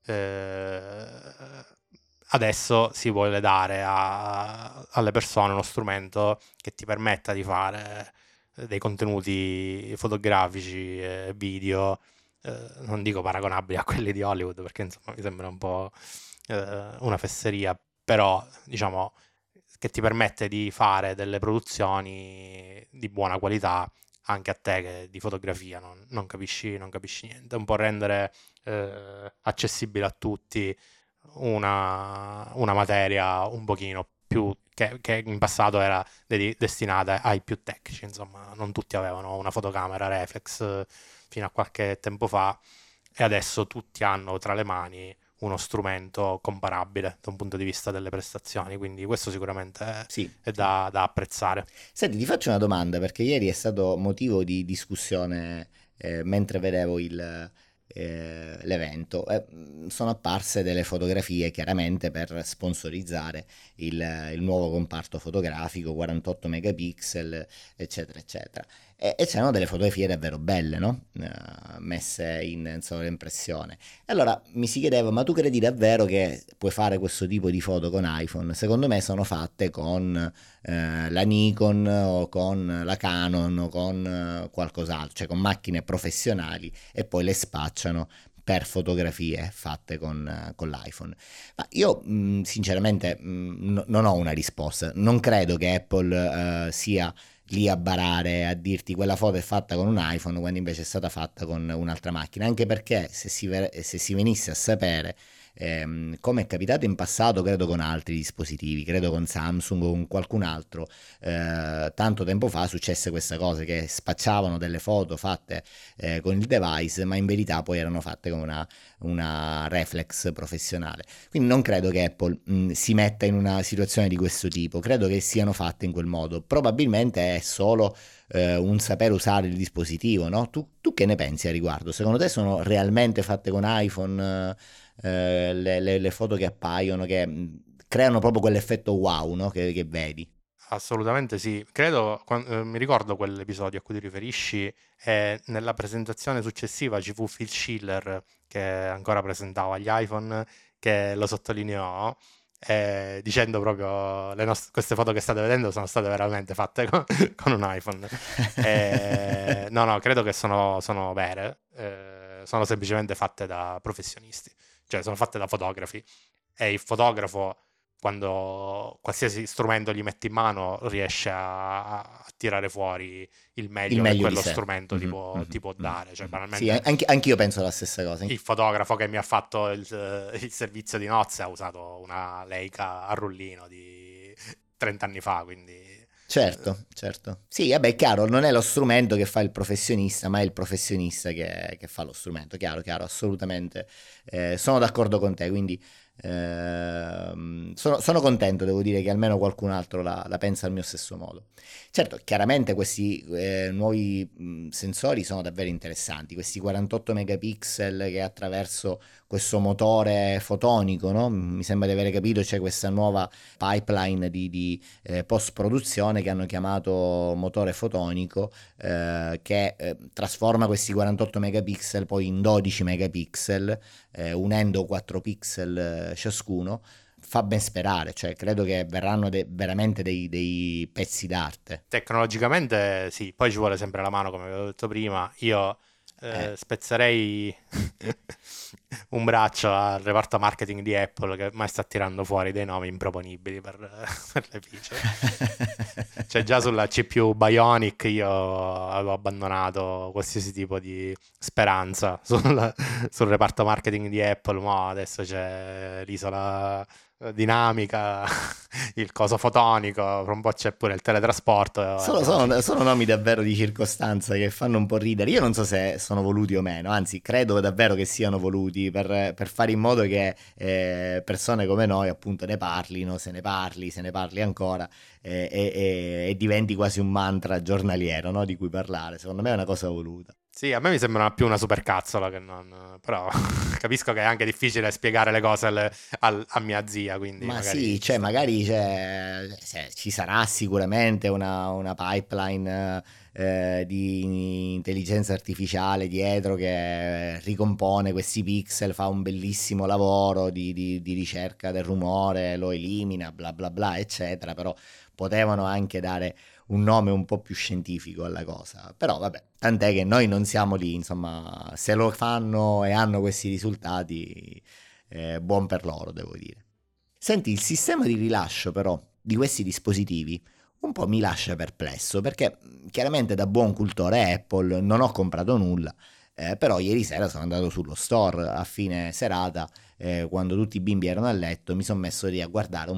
eh, adesso si vuole dare a- alle persone uno strumento che ti permetta di fare dei contenuti fotografici e video, eh, non dico paragonabili a quelli di Hollywood perché insomma mi sembra un po' eh, una fesseria, però diciamo che ti permette di fare delle produzioni di buona qualità anche a te che di fotografia non, non capisci, non capisci niente, un po' rendere eh, accessibile a tutti una, una materia un pochino più che, che in passato era de- destinata ai più tecnici, insomma, non tutti avevano una fotocamera reflex eh, fino a qualche tempo fa, e adesso tutti hanno tra le mani uno strumento comparabile da un punto di vista delle prestazioni, quindi questo sicuramente è, Sì, è sì. da, da apprezzare. Senti, ti faccio una domanda perché ieri è stato motivo di discussione eh, mentre vedevo il, eh, l'evento. Eh, mh, sono apparse delle fotografie chiaramente per sponsorizzare il, il nuovo comparto fotografico, quarantotto megapixel, eccetera, eccetera. E, e c'erano delle fotografie davvero belle, no? Eh, messe in, in sovraimpressione. E allora mi si chiedeva, ma tu credi davvero che puoi fare questo tipo di foto con iPhone? Secondo me sono fatte con eh, la Nikon o con la Canon o con eh, qualcos'altro, cioè con macchine professionali e poi le spacciano per fotografie fatte con, eh, con l'iPhone. Ma io mh, sinceramente mh, no- non ho una risposta, non credo che Apple eh, sia lì a barare, a dirti quella foto è fatta con un iPhone quando invece è stata fatta con un'altra macchina, anche perché se si, ver- se si venisse a sapere ehm, come è capitato in passato, credo con altri dispositivi, credo con Samsung o con qualcun altro, eh, tanto tempo fa successe questa cosa, che spacciavano delle foto fatte eh, con il device, ma in verità poi erano fatte con una, una reflex professionale. Quindi non credo che Apple mh, si metta in una situazione di questo tipo, credo che siano fatte in quel modo. Probabilmente è solo eh, un saper usare il dispositivo, no? Tu, tu che ne pensi a riguardo? Secondo te sono realmente fatte con iPhone? Eh, le, le- le foto che appaiono, che mh, creano proprio quell'effetto wow, no? Che, che vedi. Assolutamente sì, credo, quan- eh, mi ricordo quell'episodio a cui ti riferisci, e nella presentazione successiva ci fu Phil Schiller che ancora presentava gli iPhone, che lo sottolineò eh, dicendo proprio le nost- queste foto che state vedendo sono state veramente fatte con, con un iPhone. Eh, no, no, credo che sono, sono vere, eh, sono semplicemente fatte da professionisti, cioè sono fatte da fotografi, e il fotografo, quando qualsiasi strumento gli metti in mano, riesce a, a tirare fuori il Il meglio che meglio di quello sé. strumento ti Mhm, può, mhm, ti può mhm, dare. Cioè, mhm. Sì, banalmente, anche, anch'io penso la stessa cosa. il fotografo che mi ha fatto il, il servizio di nozze ha usato una Leica a rullino di trenta anni fa, quindi eh, Certo, certo. Sì, vabbè, è chiaro, non è lo strumento che fa il professionista, ma è il professionista che, che fa lo strumento. Chiaro, chiaro, assolutamente. Eh, sono d'accordo con te, quindi ehm, sono, sono contento, devo dire, che almeno qualcun altro la, la pensa al mio stesso modo. Certo, chiaramente questi eh, nuovi mh, sensori sono davvero interessanti, questi quarantotto megapixel che attraverso questo motore fotonico, no? Mi sembra di aver capito, c'è questa nuova pipeline di, di eh, post-produzione che hanno chiamato motore fotonico, eh, che eh, trasforma questi quarantotto megapixel poi in dodici megapixel, eh, unendo quattro pixel eh, ciascuno. Fa ben sperare, cioè credo che verranno de- veramente dei, dei pezzi d'arte. tecnologicamente sì, poi ci vuole sempre la mano, come avevo detto prima. Io Eh. eh, spezzerei un braccio al reparto marketing di Apple, che ormai sta tirando fuori dei nomi improponibili per, per le feature. Cioè già sulla C P U Bionic io avevo abbandonato qualsiasi tipo di speranza sul, sul reparto marketing di Apple, ma adesso c'è l'isola dinamica, il coso fotonico, fra un po' c'è pure il teletrasporto, e Sono, abbiamo sono- finito. sono nomi davvero di circostanza che fanno un po' ridere. Io non so se sono voluti o meno, anzi, credo davvero che siano voluti per, per fare in modo che eh, persone come noi, appunto, ne parlino, se ne parli, se ne parli ancora eh, e, e- e diventi quasi un mantra giornaliero, no, di cui parlare. Secondo me è una cosa voluta. Sì, a me mi sembra più una supercazzola che non... Però capisco che è anche difficile spiegare le cose alle- al- a mia zia, quindi Ma magari sì, ci cioè sta. magari c'è- se- ci sarà sicuramente una, una pipeline eh, di intelligenza artificiale dietro che ricompone questi pixel, fa un bellissimo lavoro di, di- di ricerca del rumore, lo elimina, bla bla bla, eccetera, però potevano anche dare un nome un po' più scientifico alla cosa. Però vabbè, tant'è che noi non siamo lì, insomma, se lo fanno e hanno questi risultati, eh, buon per loro, devo dire. Senti, il sistema di rilascio però di questi dispositivi un po' mi lascia perplesso perché mh, chiaramente da buon cultore Apple non ho comprato nulla, eh, però ieri sera sono andato sullo store a fine serata, eh, quando tutti i bimbi erano a letto, mi sono messo lì a guardare un po'.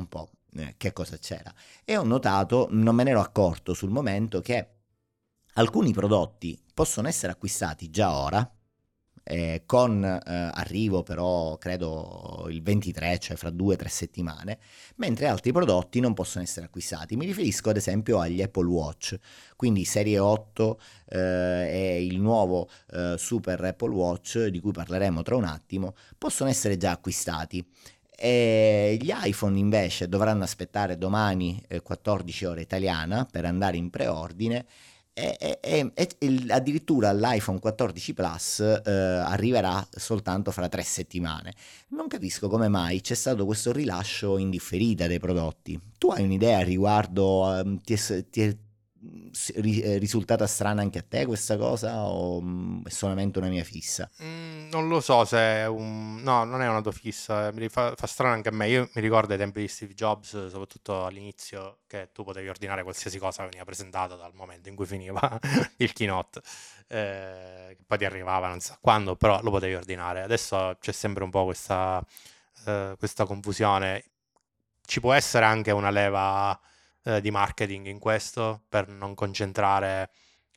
eh, che cosa c'era. E ho notato, non me ne ero accorto sul momento, che alcuni prodotti possono essere acquistati già ora, eh, con eh, arrivo però credo il ventitré, cioè fra due o tre settimane, mentre altri prodotti non possono essere acquistati. Mi riferisco ad esempio agli Apple Watch, quindi serie otto eh, e il nuovo eh, Super Apple Watch, di cui parleremo tra un attimo, possono essere già acquistati. E gli iPhone invece dovranno aspettare domani eh, quattordici ore italiana per andare in preordine, e, e- e- e il- addirittura l'iPhone quattordici Plus eh, arriverà soltanto fra tre settimane. Non capisco come mai c'è stato questo rilascio in differita dei prodotti. Tu hai un'idea a riguardo? Ehm, ti è, s- ti è, mm, s- ri- è risultata strana anche a te questa cosa o mm, è solamente una mia fissa? Mm, non lo so se è un... No, non è una tua fissa, mi fa, fa strano anche a me. Io mi ricordo ai tempi di Steve Jobs, soprattutto all'inizio, che tu potevi ordinare qualsiasi cosa veniva presentata dal momento in cui finiva il keynote, eh, che poi ti arrivava non so quando, però lo potevi ordinare. Adesso c'è sempre un po' questa, eh, questa confusione. Ci può essere anche una leva eh, di marketing in questo per non concentrare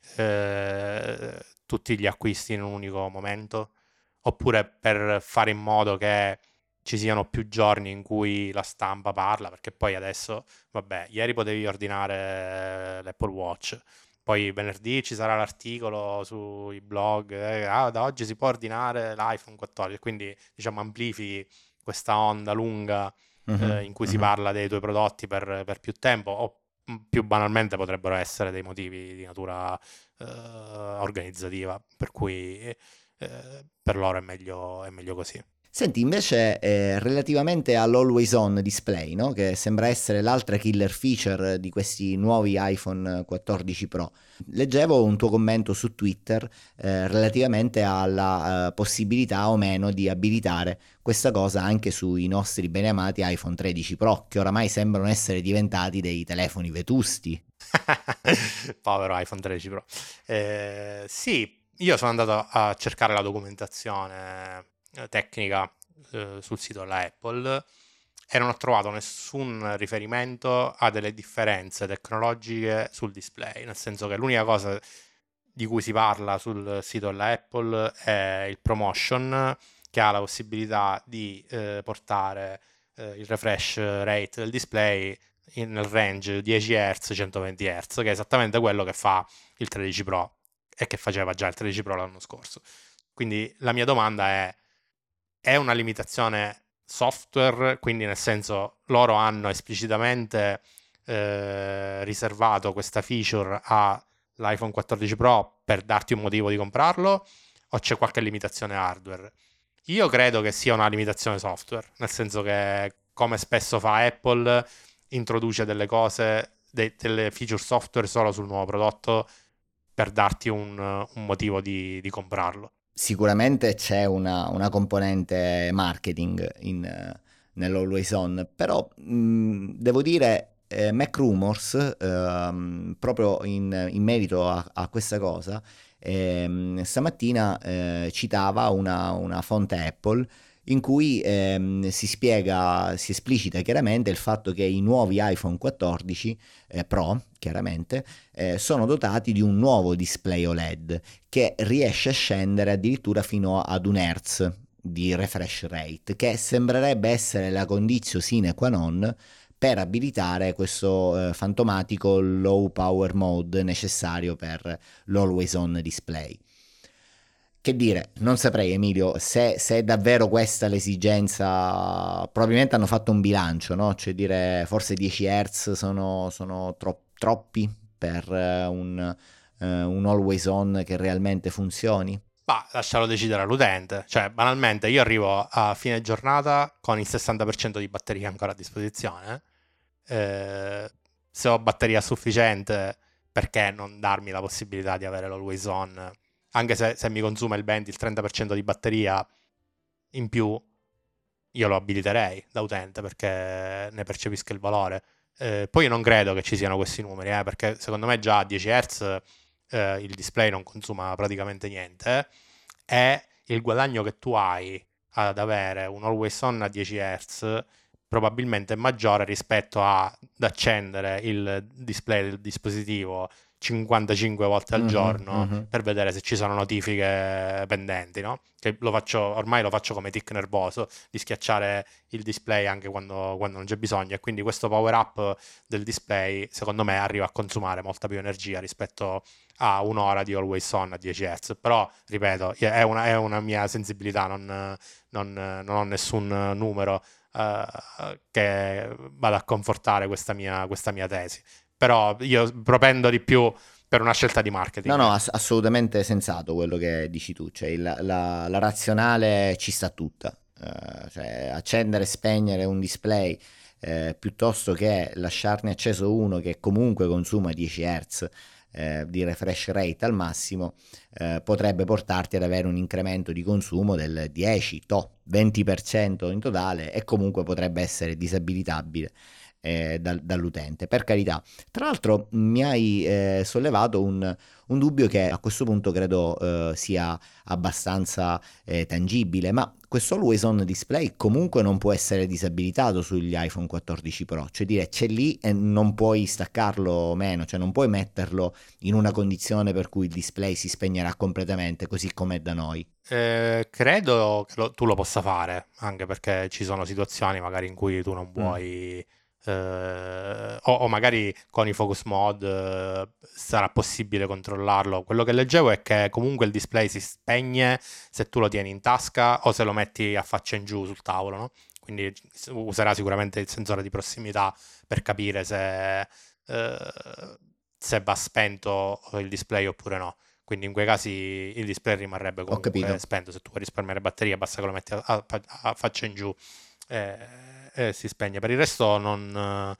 eh, tutti gli acquisti in un unico momento, oppure per fare in modo che ci siano più giorni in cui la stampa parla, perché poi adesso, vabbè, ieri potevi ordinare l'Apple Watch, poi venerdì ci sarà l'articolo sui blog, eh, ah, da oggi si può ordinare l'iPhone quattordici, quindi diciamo amplifichi questa onda lunga eh, Mhm, in cui si mhm. parla dei tuoi prodotti per, per più tempo, o mh, più banalmente potrebbero essere dei motivi di natura eh, organizzativa, per cui eh, per loro è meglio, è meglio così. Senti, invece, eh, relativamente all'Always On Display, no? Che sembra essere l'altra killer feature di questi nuovi iPhone quattordici Pro, leggevo un tuo commento su Twitter eh, relativamente alla eh, possibilità o meno di abilitare questa cosa anche sui nostri beneamati iPhone tredici Pro, che oramai sembrano essere diventati dei telefoni vetusti. Povero iPhone tredici Pro. Eh, sì, io sono andato a cercare la documentazione eh, tecnica eh, sul sito della Apple e non ho trovato nessun riferimento a delle differenze tecnologiche sul display, nel senso che l'unica cosa di cui si parla sul sito della Apple è il promotion, che ha la possibilità di eh, portare eh, il refresh rate del display in- nel range dieci hertz centoventi hertz, che è esattamente quello che fa il tredici Pro e che faceva già il tredici Pro l'anno scorso. Quindi la mia domanda è: è una limitazione software, quindi nel senso loro hanno esplicitamente eh, riservato questa feature all'iPhone quattordici Pro per darti un motivo di comprarlo, o c'è qualche limitazione hardware? Io credo che sia una limitazione software, nel senso che, come spesso fa Apple, introduce delle cose, de- delle feature software solo sul nuovo prodotto per darti un, un motivo di, di comprarlo. Sicuramente c'è una, una componente marketing in, eh, nell'Always On, però mh, devo dire, eh, Mac Rumors, ehm, proprio in, in merito a, a questa cosa, ehm, stamattina eh, citava una, una fonte Apple in cui ehm, si spiega, si esplicita chiaramente il fatto che i nuovi iPhone quattordici eh, Pro, chiaramente, eh, sono dotati di un nuovo display O L E D che riesce a scendere addirittura fino ad un hertz di refresh rate, che sembrerebbe essere la condizio sine qua non per abilitare questo eh, fantomatico low power mode necessario per l'always on display. Che dire, non saprei Emilio, se, se è davvero questa l'esigenza, probabilmente hanno fatto un bilancio, no? Cioè dire forse dieci hertz sono, sono tro- troppi per eh, un, eh, un always on che realmente funzioni. Ma lascialo decidere all'utente. Cioè, banalmente, io arrivo a fine giornata con il sessanta per cento di batteria ancora a disposizione. Eh, se ho batteria sufficiente, perché non darmi la possibilità di avere l'always on? Anche se, se mi consuma il venti, il trenta per cento di batteria in più, io lo abiliterei da utente perché ne percepisco il valore. Eh, poi io non credo che ci siano questi numeri, eh, perché secondo me già a dieci hertz eh, il display non consuma praticamente niente, eh, e il guadagno che tu hai ad avere un always on a dieci hertz probabilmente maggiore rispetto ad accendere il display del dispositivo cinquantacinque volte al Mhm, giorno mhm. per vedere se ci sono notifiche pendenti, no? Che lo faccio, ormai lo faccio come tic nervoso, di schiacciare il display anche quando, quando non c'è bisogno, e quindi questo power up del display secondo me arriva a consumare molta più energia rispetto a un'ora di always on a dieci hertz. Però ripeto, è una, è una mia sensibilità, non, non, non ho nessun numero uh, che vada a confortare questa mia, questa mia tesi, però io propendo di più per una scelta di No, marketing, no, ecco. ass- assolutamente sensato quello che dici tu, cioè il- la, la razionale ci sta tutta. Eh, cioè accendere e spegnere un display eh, piuttosto che lasciarne acceso uno che comunque consuma dieci hertz eh, di refresh rate al massimo, eh, potrebbe portarti ad avere un incremento di consumo del dieci, to, venti per cento in totale, e comunque potrebbe essere disabilitabile eh, dal- dall'utente. Per carità, tra l'altro mi hai eh, sollevato un, un dubbio che a questo punto credo eh, sia abbastanza eh, tangibile, ma questo always on display comunque non può essere disabilitato sugli iPhone quattordici Pro, cioè dire c'è lì e non puoi staccarlo o meno, cioè non puoi metterlo in una condizione per cui il display si spegnerà completamente, così come è da noi. Eh, credo che lo- tu lo possa fare, anche perché ci sono situazioni magari in cui tu non Mm. vuoi, eh, o, o magari con i focus mode eh, sarà possibile controllarlo. Quello che leggevo è che comunque il display si spegne se tu lo tieni in tasca o se lo metti a faccia in giù sul tavolo, no? Quindi s- userà sicuramente il sensore di prossimità per capire se, eh, se va spento il display oppure no. Quindi in quei casi il display rimarrebbe Ho comunque capito. spento. Se tu vuoi risparmiare batteria, basta che lo metti a, a- a faccia in giù e, e si spegne. Per il resto non,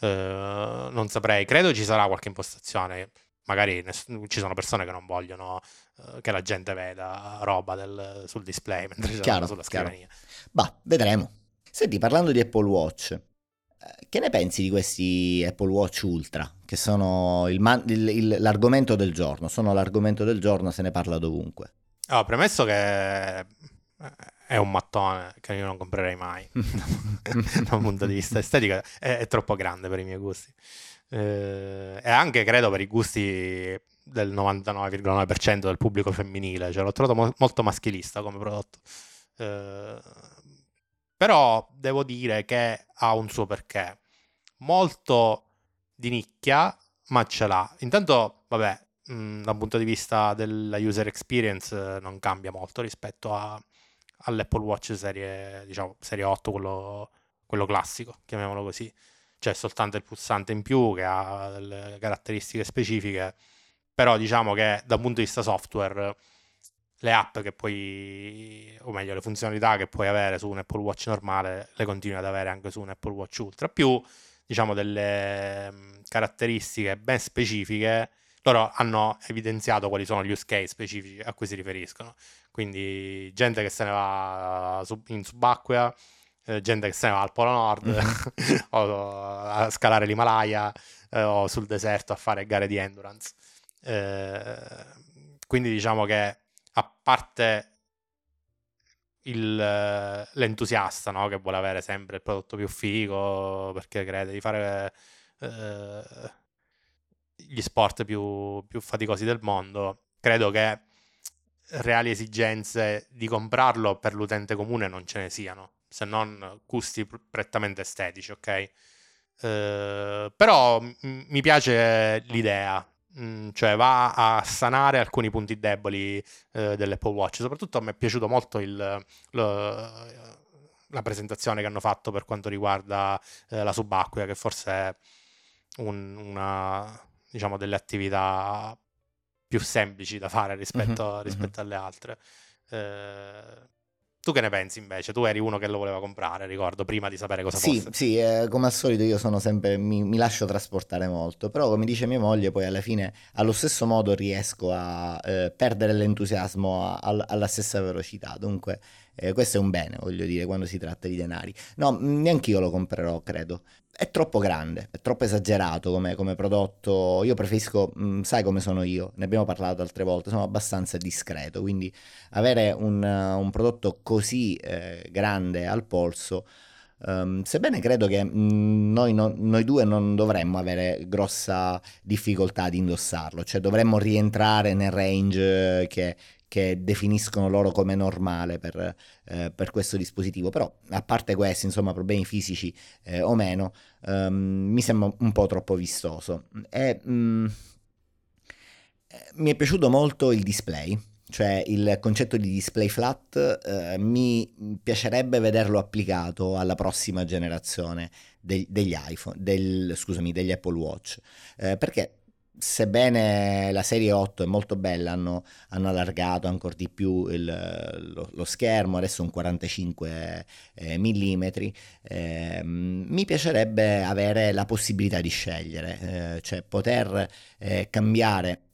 eh, non saprei. Credo ci sarà qualche impostazione. Magari ness- ci sono persone che non vogliono eh, che la gente veda roba del- sul display mentre ce l'hanno Chiaro, sulla chiaro. scrivania. Bah, vedremo. Senti, parlando di Apple Watch, eh, che ne pensi di questi Apple Watch Ultra, che sono il man- il- il- l'argomento del giorno? Sono l'argomento del giorno, se ne parla dovunque. Allora, premesso che eh, è un mattone che io non comprerei mai da un punto di vista estetico, è, è troppo grande per i miei gusti. Eh, e anche credo per i gusti del novantanove virgola nove per cento del pubblico femminile, cioè l'ho trovato mo- molto maschilista come prodotto. Eh, però devo dire che ha un suo perché, molto di nicchia, ma ce l'ha. Intanto, vabbè, mh, da un punto di vista della user experience eh, non cambia molto rispetto a- all'Apple Watch serie, diciamo, serie otto, quello, quello classico, chiamiamolo così. C'è soltanto il pulsante in più che ha delle caratteristiche specifiche, però diciamo che da un punto di vista software le app che puoi, o meglio le funzionalità che puoi avere su un Apple Watch normale le continui ad avere anche su un Apple Watch Ultra, più diciamo delle mh, caratteristiche ben specifiche. Loro hanno evidenziato quali sono gli use case specifici a cui si riferiscono, quindi gente che se ne va sub- in subacquea, eh, gente che se ne va al Polo Nord Mhm. o a scalare l'Himalaya eh, o sul deserto a fare gare di endurance. Eh, quindi diciamo che a parte il, eh, l'entusiasta, no? Che vuole avere sempre il prodotto più figo perché crede di fare eh, gli sport più, più faticosi del mondo, credo che reali esigenze di comprarlo per l'utente comune non ce ne siano, se non gusti pr- prettamente estetici, ok? Eh, però m- mi piace l'idea, mm, cioè va a sanare alcuni punti deboli eh, dell'Apple Watch. Soprattutto mi è piaciuto molto il, lo- la presentazione che hanno fatto per quanto riguarda eh, la subacquea, che forse è un- una, diciamo, delle attività più semplici da fare Mhm, rispetto, mhm. rispetto alle altre. Eh, tu che ne pensi invece? Tu eri uno che lo voleva comprare, ricordo, prima di sapere cosa Sì, fosse. sì, eh, come al solito io sono sempre, mi, mi lascio trasportare molto, però come dice mia moglie, poi alla fine allo stesso modo riesco a eh, perdere l'entusiasmo a- al- alla stessa velocità, dunque eh, questo è un bene, voglio dire, quando si tratta di denari. No, mh, neanche io lo comprerò, credo. È troppo grande, è troppo esagerato come, come prodotto, io preferisco, mh, sai come sono io, ne abbiamo parlato altre volte, sono abbastanza discreto, quindi avere un, uh, un prodotto così eh, grande al polso Um, sebbene credo che mh, noi, non- noi due non dovremmo avere grossa difficoltà ad indossarlo, cioè dovremmo rientrare nel range eh, che, che definiscono loro come normale per, eh, per questo dispositivo. Però, a parte questi, insomma, problemi fisici eh, o meno, ehm, mi sembra un po' troppo vistoso. E, mh, eh, mi è piaciuto molto il display, cioè il concetto di display flat, eh, mi piacerebbe vederlo applicato alla prossima generazione dei- degli iPhone, del, scusami, degli Apple Watch, eh, perché sebbene la serie otto è molto bella, hanno, hanno allargato ancora di più il- lo, lo schermo, adesso un quarantacinque eh, millimetri, ehm, mi piacerebbe avere la possibilità di scegliere, eh, cioè poter eh, cambiare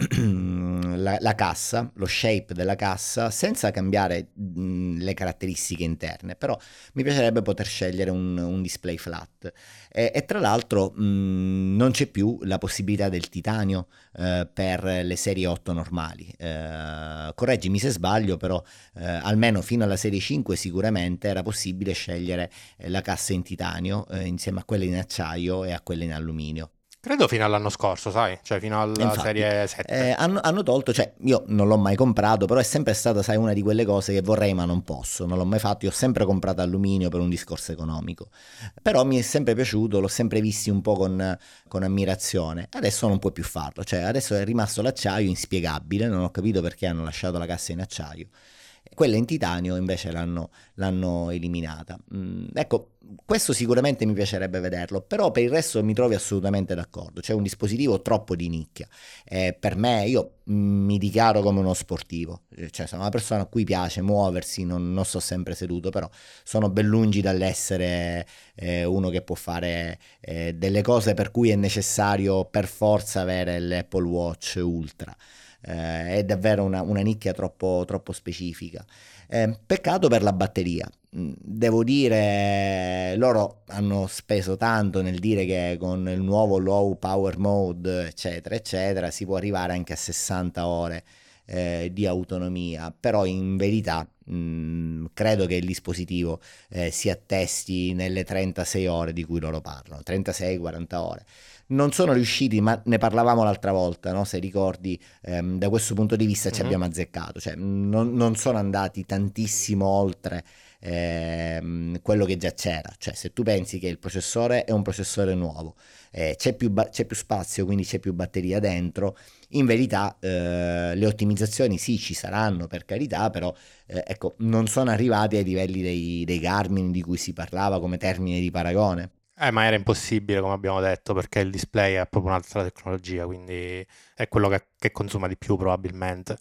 la, la cassa, lo shape della cassa, senza cambiare mh, le caratteristiche interne, però mi piacerebbe poter scegliere un, un display flat. E, e tra l'altro mh, non c'è più la possibilità del titanio eh, per le serie otto normali. Eh, correggimi se sbaglio, però eh, almeno fino alla serie cinque sicuramente era possibile scegliere eh, la cassa in titanio eh, insieme a quelle in acciaio e a quelle in alluminio. Credo fino all'anno scorso, sai? Cioè fino E alla infatti serie eh, sette. hanno, hanno tolto, cioè io non l'ho mai comprato, però è sempre stata, sai, una di quelle cose che vorrei ma non posso, non l'ho mai fatto, io ho sempre comprato alluminio per un discorso economico, però mi è sempre piaciuto, l'ho sempre visto un po' con, con ammirazione, adesso non puoi più farlo, cioè adesso è rimasto l'acciaio inspiegabile, non ho capito perché hanno lasciato la cassa in acciaio. Quella in titanio invece l'hanno, l'hanno eliminata. Mm, ecco, questo sicuramente mi piacerebbe vederlo, però per il resto mi trovi assolutamente d'accordo. C'è un dispositivo troppo di nicchia. Eh, per me, io mm, mi dichiaro come uno sportivo, Eh, cioè sono una persona a cui piace muoversi, non, non sto sempre seduto, però sono ben lungi dall'essere eh, uno che può fare eh, delle cose per cui è necessario per forza avere l'Apple Watch Ultra. Eh, è davvero una, una nicchia troppo, troppo specifica. Eh, peccato per la batteria. Mm, Devo dire, loro hanno speso tanto nel dire che con il nuovo low power mode, eccetera, eccetera, si può arrivare anche a sessanta ore eh, di autonomia, però in verità mh, credo che il dispositivo eh, si attesti nelle trentasei ore di cui loro parlano, trentasei quaranta ore. Non sono riusciti, ma ne parlavamo l'altra volta, no? Se ricordi, ehm, da questo punto di vista ci Mhm. abbiamo azzeccato, cioè non, non sono andati tantissimo oltre ehm, quello che già c'era, cioè se tu pensi che il processore è un processore nuovo, eh, c'è, più ba- c'è più spazio, quindi c'è più batteria dentro, in verità eh, le ottimizzazioni sì ci saranno per carità, però eh, ecco, non sono arrivati ai livelli dei, dei Garmin di cui si parlava come termine di paragone. Eh, ma era impossibile, come abbiamo detto, perché il display è proprio un'altra tecnologia, quindi è quello che, che consuma di più probabilmente.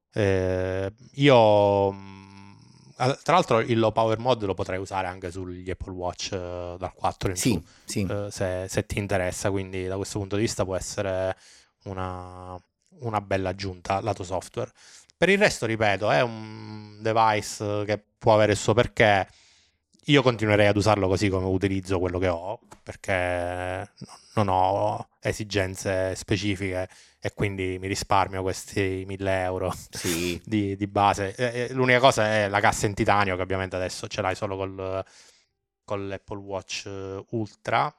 Eh, io, mh, ah, tra l'altro, il low power mode lo potrei usare anche sugli Apple Watch eh, dal quattro in su, Sì, sì. eh, se, se ti interessa, quindi da questo punto di vista può essere una, una bella aggiunta lato software. Per il resto, ripeto, è un device che può avere il suo perché. Io continuerei ad usarlo così come utilizzo quello che ho, perché non ho esigenze specifiche e quindi mi risparmio questi mille euro Sì, di, di base. E- e l'unica cosa è la cassa in titanio, che ovviamente adesso ce l'hai solo col, con l'Apple Watch eh, Ultra.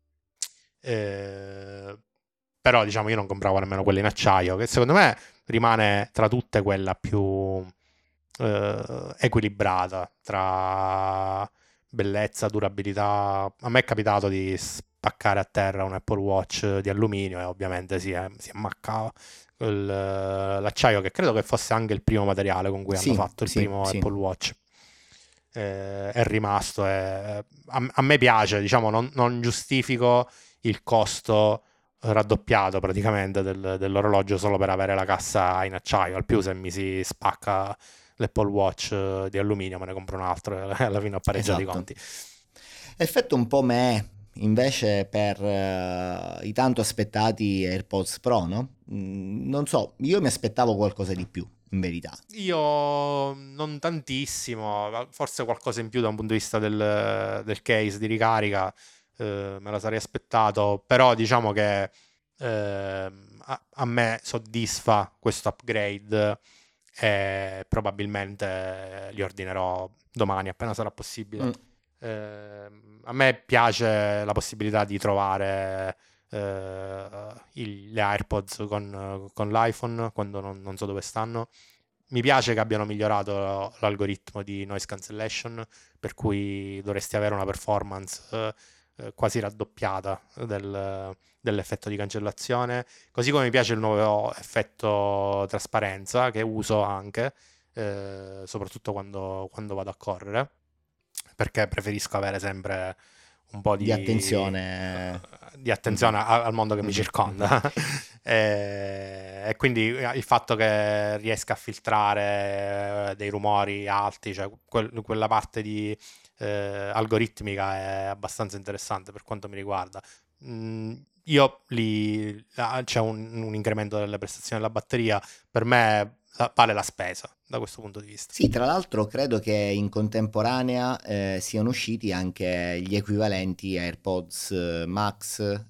Eh, però diciamo io non compravo nemmeno quella in acciaio, che secondo me rimane tra tutte quella più eh, equilibrata tra bellezza, durabilità. A me è capitato di spaccare a terra un Apple Watch di alluminio e ovviamente si, è- si ammaccava il- l'acciaio, che credo che fosse anche il primo materiale con cui hanno sì, fatto il sì, primo sì. Apple Watch. Eh, è rimasto. e- a, a me piace, diciamo, non, non giustifico il costo raddoppiato praticamente del- dell'orologio solo per avere la cassa in acciaio. Al più, se mi si spacca l'Apple Watch eh, di alluminio, me ne compro un altro e alla fine ho pareggiato i Esatto. conti. Effetto un po' me invece per eh, i tanto aspettati AirPods Pro, no? Mm, non so, io mi aspettavo qualcosa di più, in verità. Io non tantissimo, ma forse qualcosa in più da un punto di vista del, del case di ricarica, eh, me lo sarei aspettato, però diciamo che eh, a, a me soddisfa questo upgrade e probabilmente li ordinerò domani appena sarà possibile. Mm. Eh, a me piace la possibilità di trovare eh, il- le AirPods con, con l'iPhone quando non, non so dove stanno. Mi piace che abbiano migliorato l'algoritmo di noise cancellation, per cui dovresti avere una performance eh, eh, quasi raddoppiata del- dell'effetto di cancellazione. Così come mi piace il nuovo effetto trasparenza che uso anche, eh, soprattutto quando, quando vado a correre, perché preferisco avere sempre un po' Di di, attenzione. di Mhm, attenzione a- al mondo che mi mhm, mhm. circonda. E, e quindi eh, il fatto che riesca a filtrare eh, dei rumori alti, cioè quel- quella parte di eh, algoritmica è abbastanza interessante per quanto mi riguarda. Mm, io li, ah, c'è un, un incremento delle prestazioni della batteria, per me la- vale la spesa da questo punto di vista. Sì, tra l'altro credo che in contemporanea eh, siano usciti anche gli equivalenti AirPods eh, Max,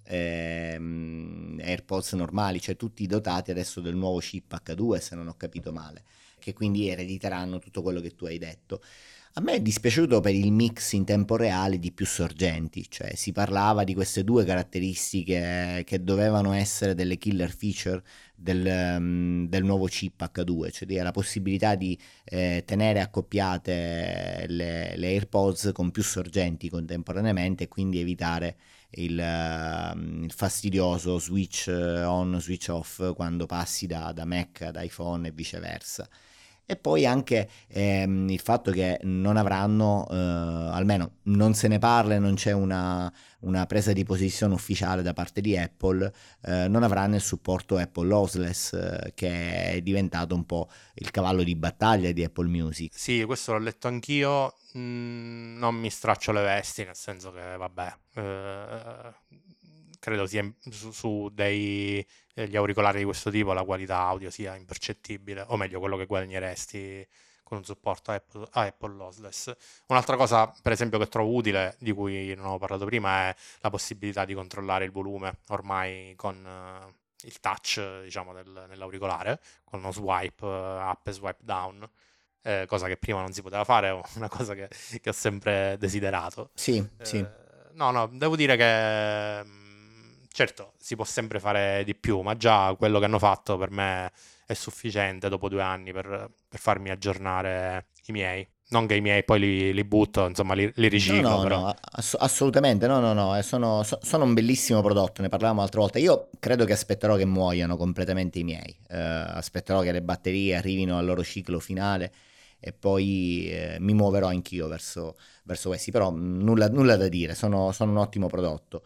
ehm, AirPods normali, cioè tutti dotati adesso del nuovo chip acca due, se non ho capito male, che quindi erediteranno tutto quello che tu hai detto. A me è dispiaciuto per il mix in tempo reale di più sorgenti, cioè si parlava di queste due caratteristiche che dovevano essere delle killer feature del, um, del nuovo chip acca due, cioè la possibilità di eh, tenere accoppiate le, le AirPods con più sorgenti contemporaneamente e quindi evitare il, uh, il fastidioso switch on, switch off quando passi da, da Mac ad iPhone e viceversa. E poi anche ehm, il fatto che non avranno, eh, almeno non se ne parla e non c'è una, una presa di posizione ufficiale da parte di Apple, eh, non avranno il supporto Apple Lossless, eh, che è diventato un po' il cavallo di battaglia di Apple Music. Sì, questo l'ho letto anch'io. Mm, non mi straccio le vesti, nel senso che, vabbè, eh, credo sia in- su, su dei, degli auricolari di questo tipo la qualità audio sia impercettibile, o meglio, quello che guadagneresti con un supporto a Apple, a Apple Lossless. Un'altra cosa, per esempio, che trovo utile, di cui non ho parlato prima, è la possibilità di controllare il volume ormai con eh, il touch, diciamo, del- nell'auricolare, con uno swipe eh, up e swipe down, eh, cosa che prima non si poteva fare, è una cosa che, che ho sempre desiderato. Sì, sì. Eh, no, no, devo dire che mh, certo si può sempre fare di più, ma già quello che hanno fatto per me è sufficiente dopo due anni per, per farmi aggiornare i miei. Non che i miei poi li, li butto, insomma, li, li No, riciclo, no, però. no, ass- assolutamente, no, no, no, eh, sono, so- sono un bellissimo prodotto, ne parlavamo l'altra volta. Io credo che aspetterò che muoiano completamente i miei, eh, aspetterò che le batterie arrivino al loro ciclo finale e poi eh, mi muoverò anch'io verso, verso questi, però mh, nulla, nulla da dire, sono, sono un ottimo prodotto.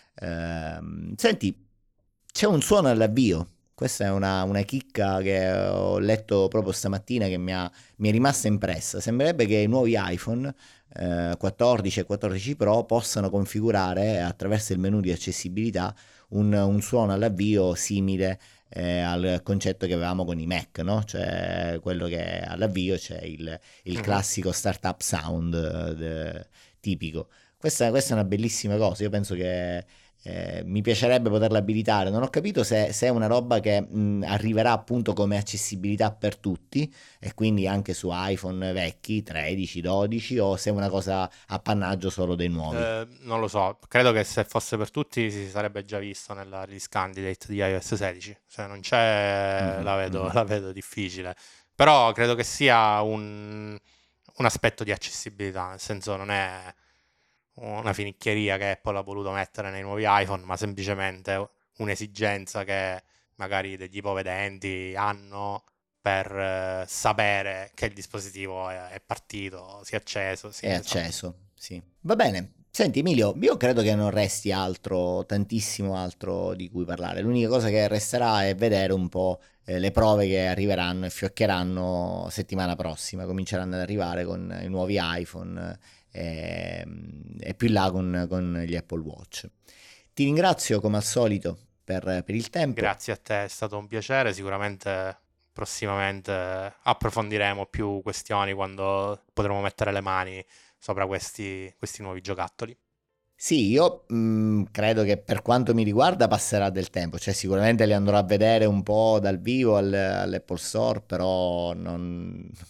Ehm, senti, c'è un suono all'avvio, questa è una, una chicca che ho letto proprio stamattina che mi ha- mi è rimasta impressa, sembrerebbe che i nuovi iPhone eh, quattordici e quattordici Pro possano configurare attraverso il menu di accessibilità un, un suono all'avvio simile eh, al concetto che avevamo con i Mac, no? Cioè quello che all'avvio c'è il, il Mhm. classico startup sound eh, de- tipico. Questa, questa è una bellissima cosa, io penso che eh, mi piacerebbe poterla abilitare. Non ho capito se, se è una roba che mh, arriverà appunto come accessibilità per tutti e quindi anche su iPhone vecchi, tredici, dodici, o se è una cosa appannaggio solo dei nuovi. Eh, non lo so, credo che se fosse per tutti si sarebbe già visto nella release candidate di iOS sedici, cioè non c'è, Mhm, la vedo, mhm. la vedo difficile, però credo che sia un, un aspetto di accessibilità, nel senso non è una finicchieria che Apple ha voluto mettere nei nuovi iPhone, ma semplicemente un'esigenza che magari degli ipovedenti hanno per eh, sapere che il dispositivo è, è partito, si è acceso, sì, È esatto. acceso, sì. Va bene. Senti Emilio, io credo che non resti altro, tantissimo altro di cui parlare. L'unica cosa che resterà è vedere un po' eh, le prove che arriveranno e fioccheranno settimana prossima. Cominceranno ad arrivare con i nuovi iPhone eh, e più in là con, con gli Apple Watch. Ti ringrazio come al solito per, per il tempo. Grazie a te, è stato un piacere. Sicuramente prossimamente approfondiremo più questioni quando potremo mettere le mani sopra questi, questi nuovi giocattoli. Sì, io mh, credo che per quanto mi riguarda passerà del tempo, cioè sicuramente li andrò a vedere un po' dal vivo al- all'Apple Store, però non,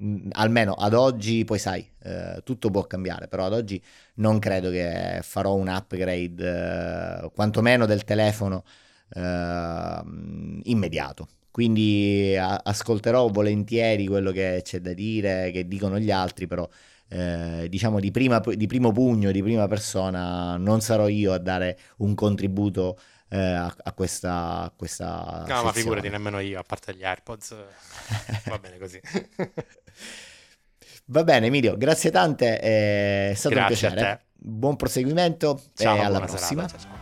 mh, almeno ad oggi, poi sai, eh, tutto può cambiare, però ad oggi non credo che farò un upgrade, eh, quantomeno del telefono, eh, immediato. Quindi a- ascolterò volentieri quello che c'è da dire, che dicono gli altri, però eh, diciamo di prima, di primo pugno, di prima persona, non sarò io a dare un contributo eh, a, a questa, a questa No, ma figurati, sezione. nemmeno io, a parte gli AirPods, eh, va bene così. Va bene, Emilio, grazie tante, è stato un Grazie a te. piacere. Buon proseguimento e Ciao, alla buona serata. prossima. Ciao, ciao.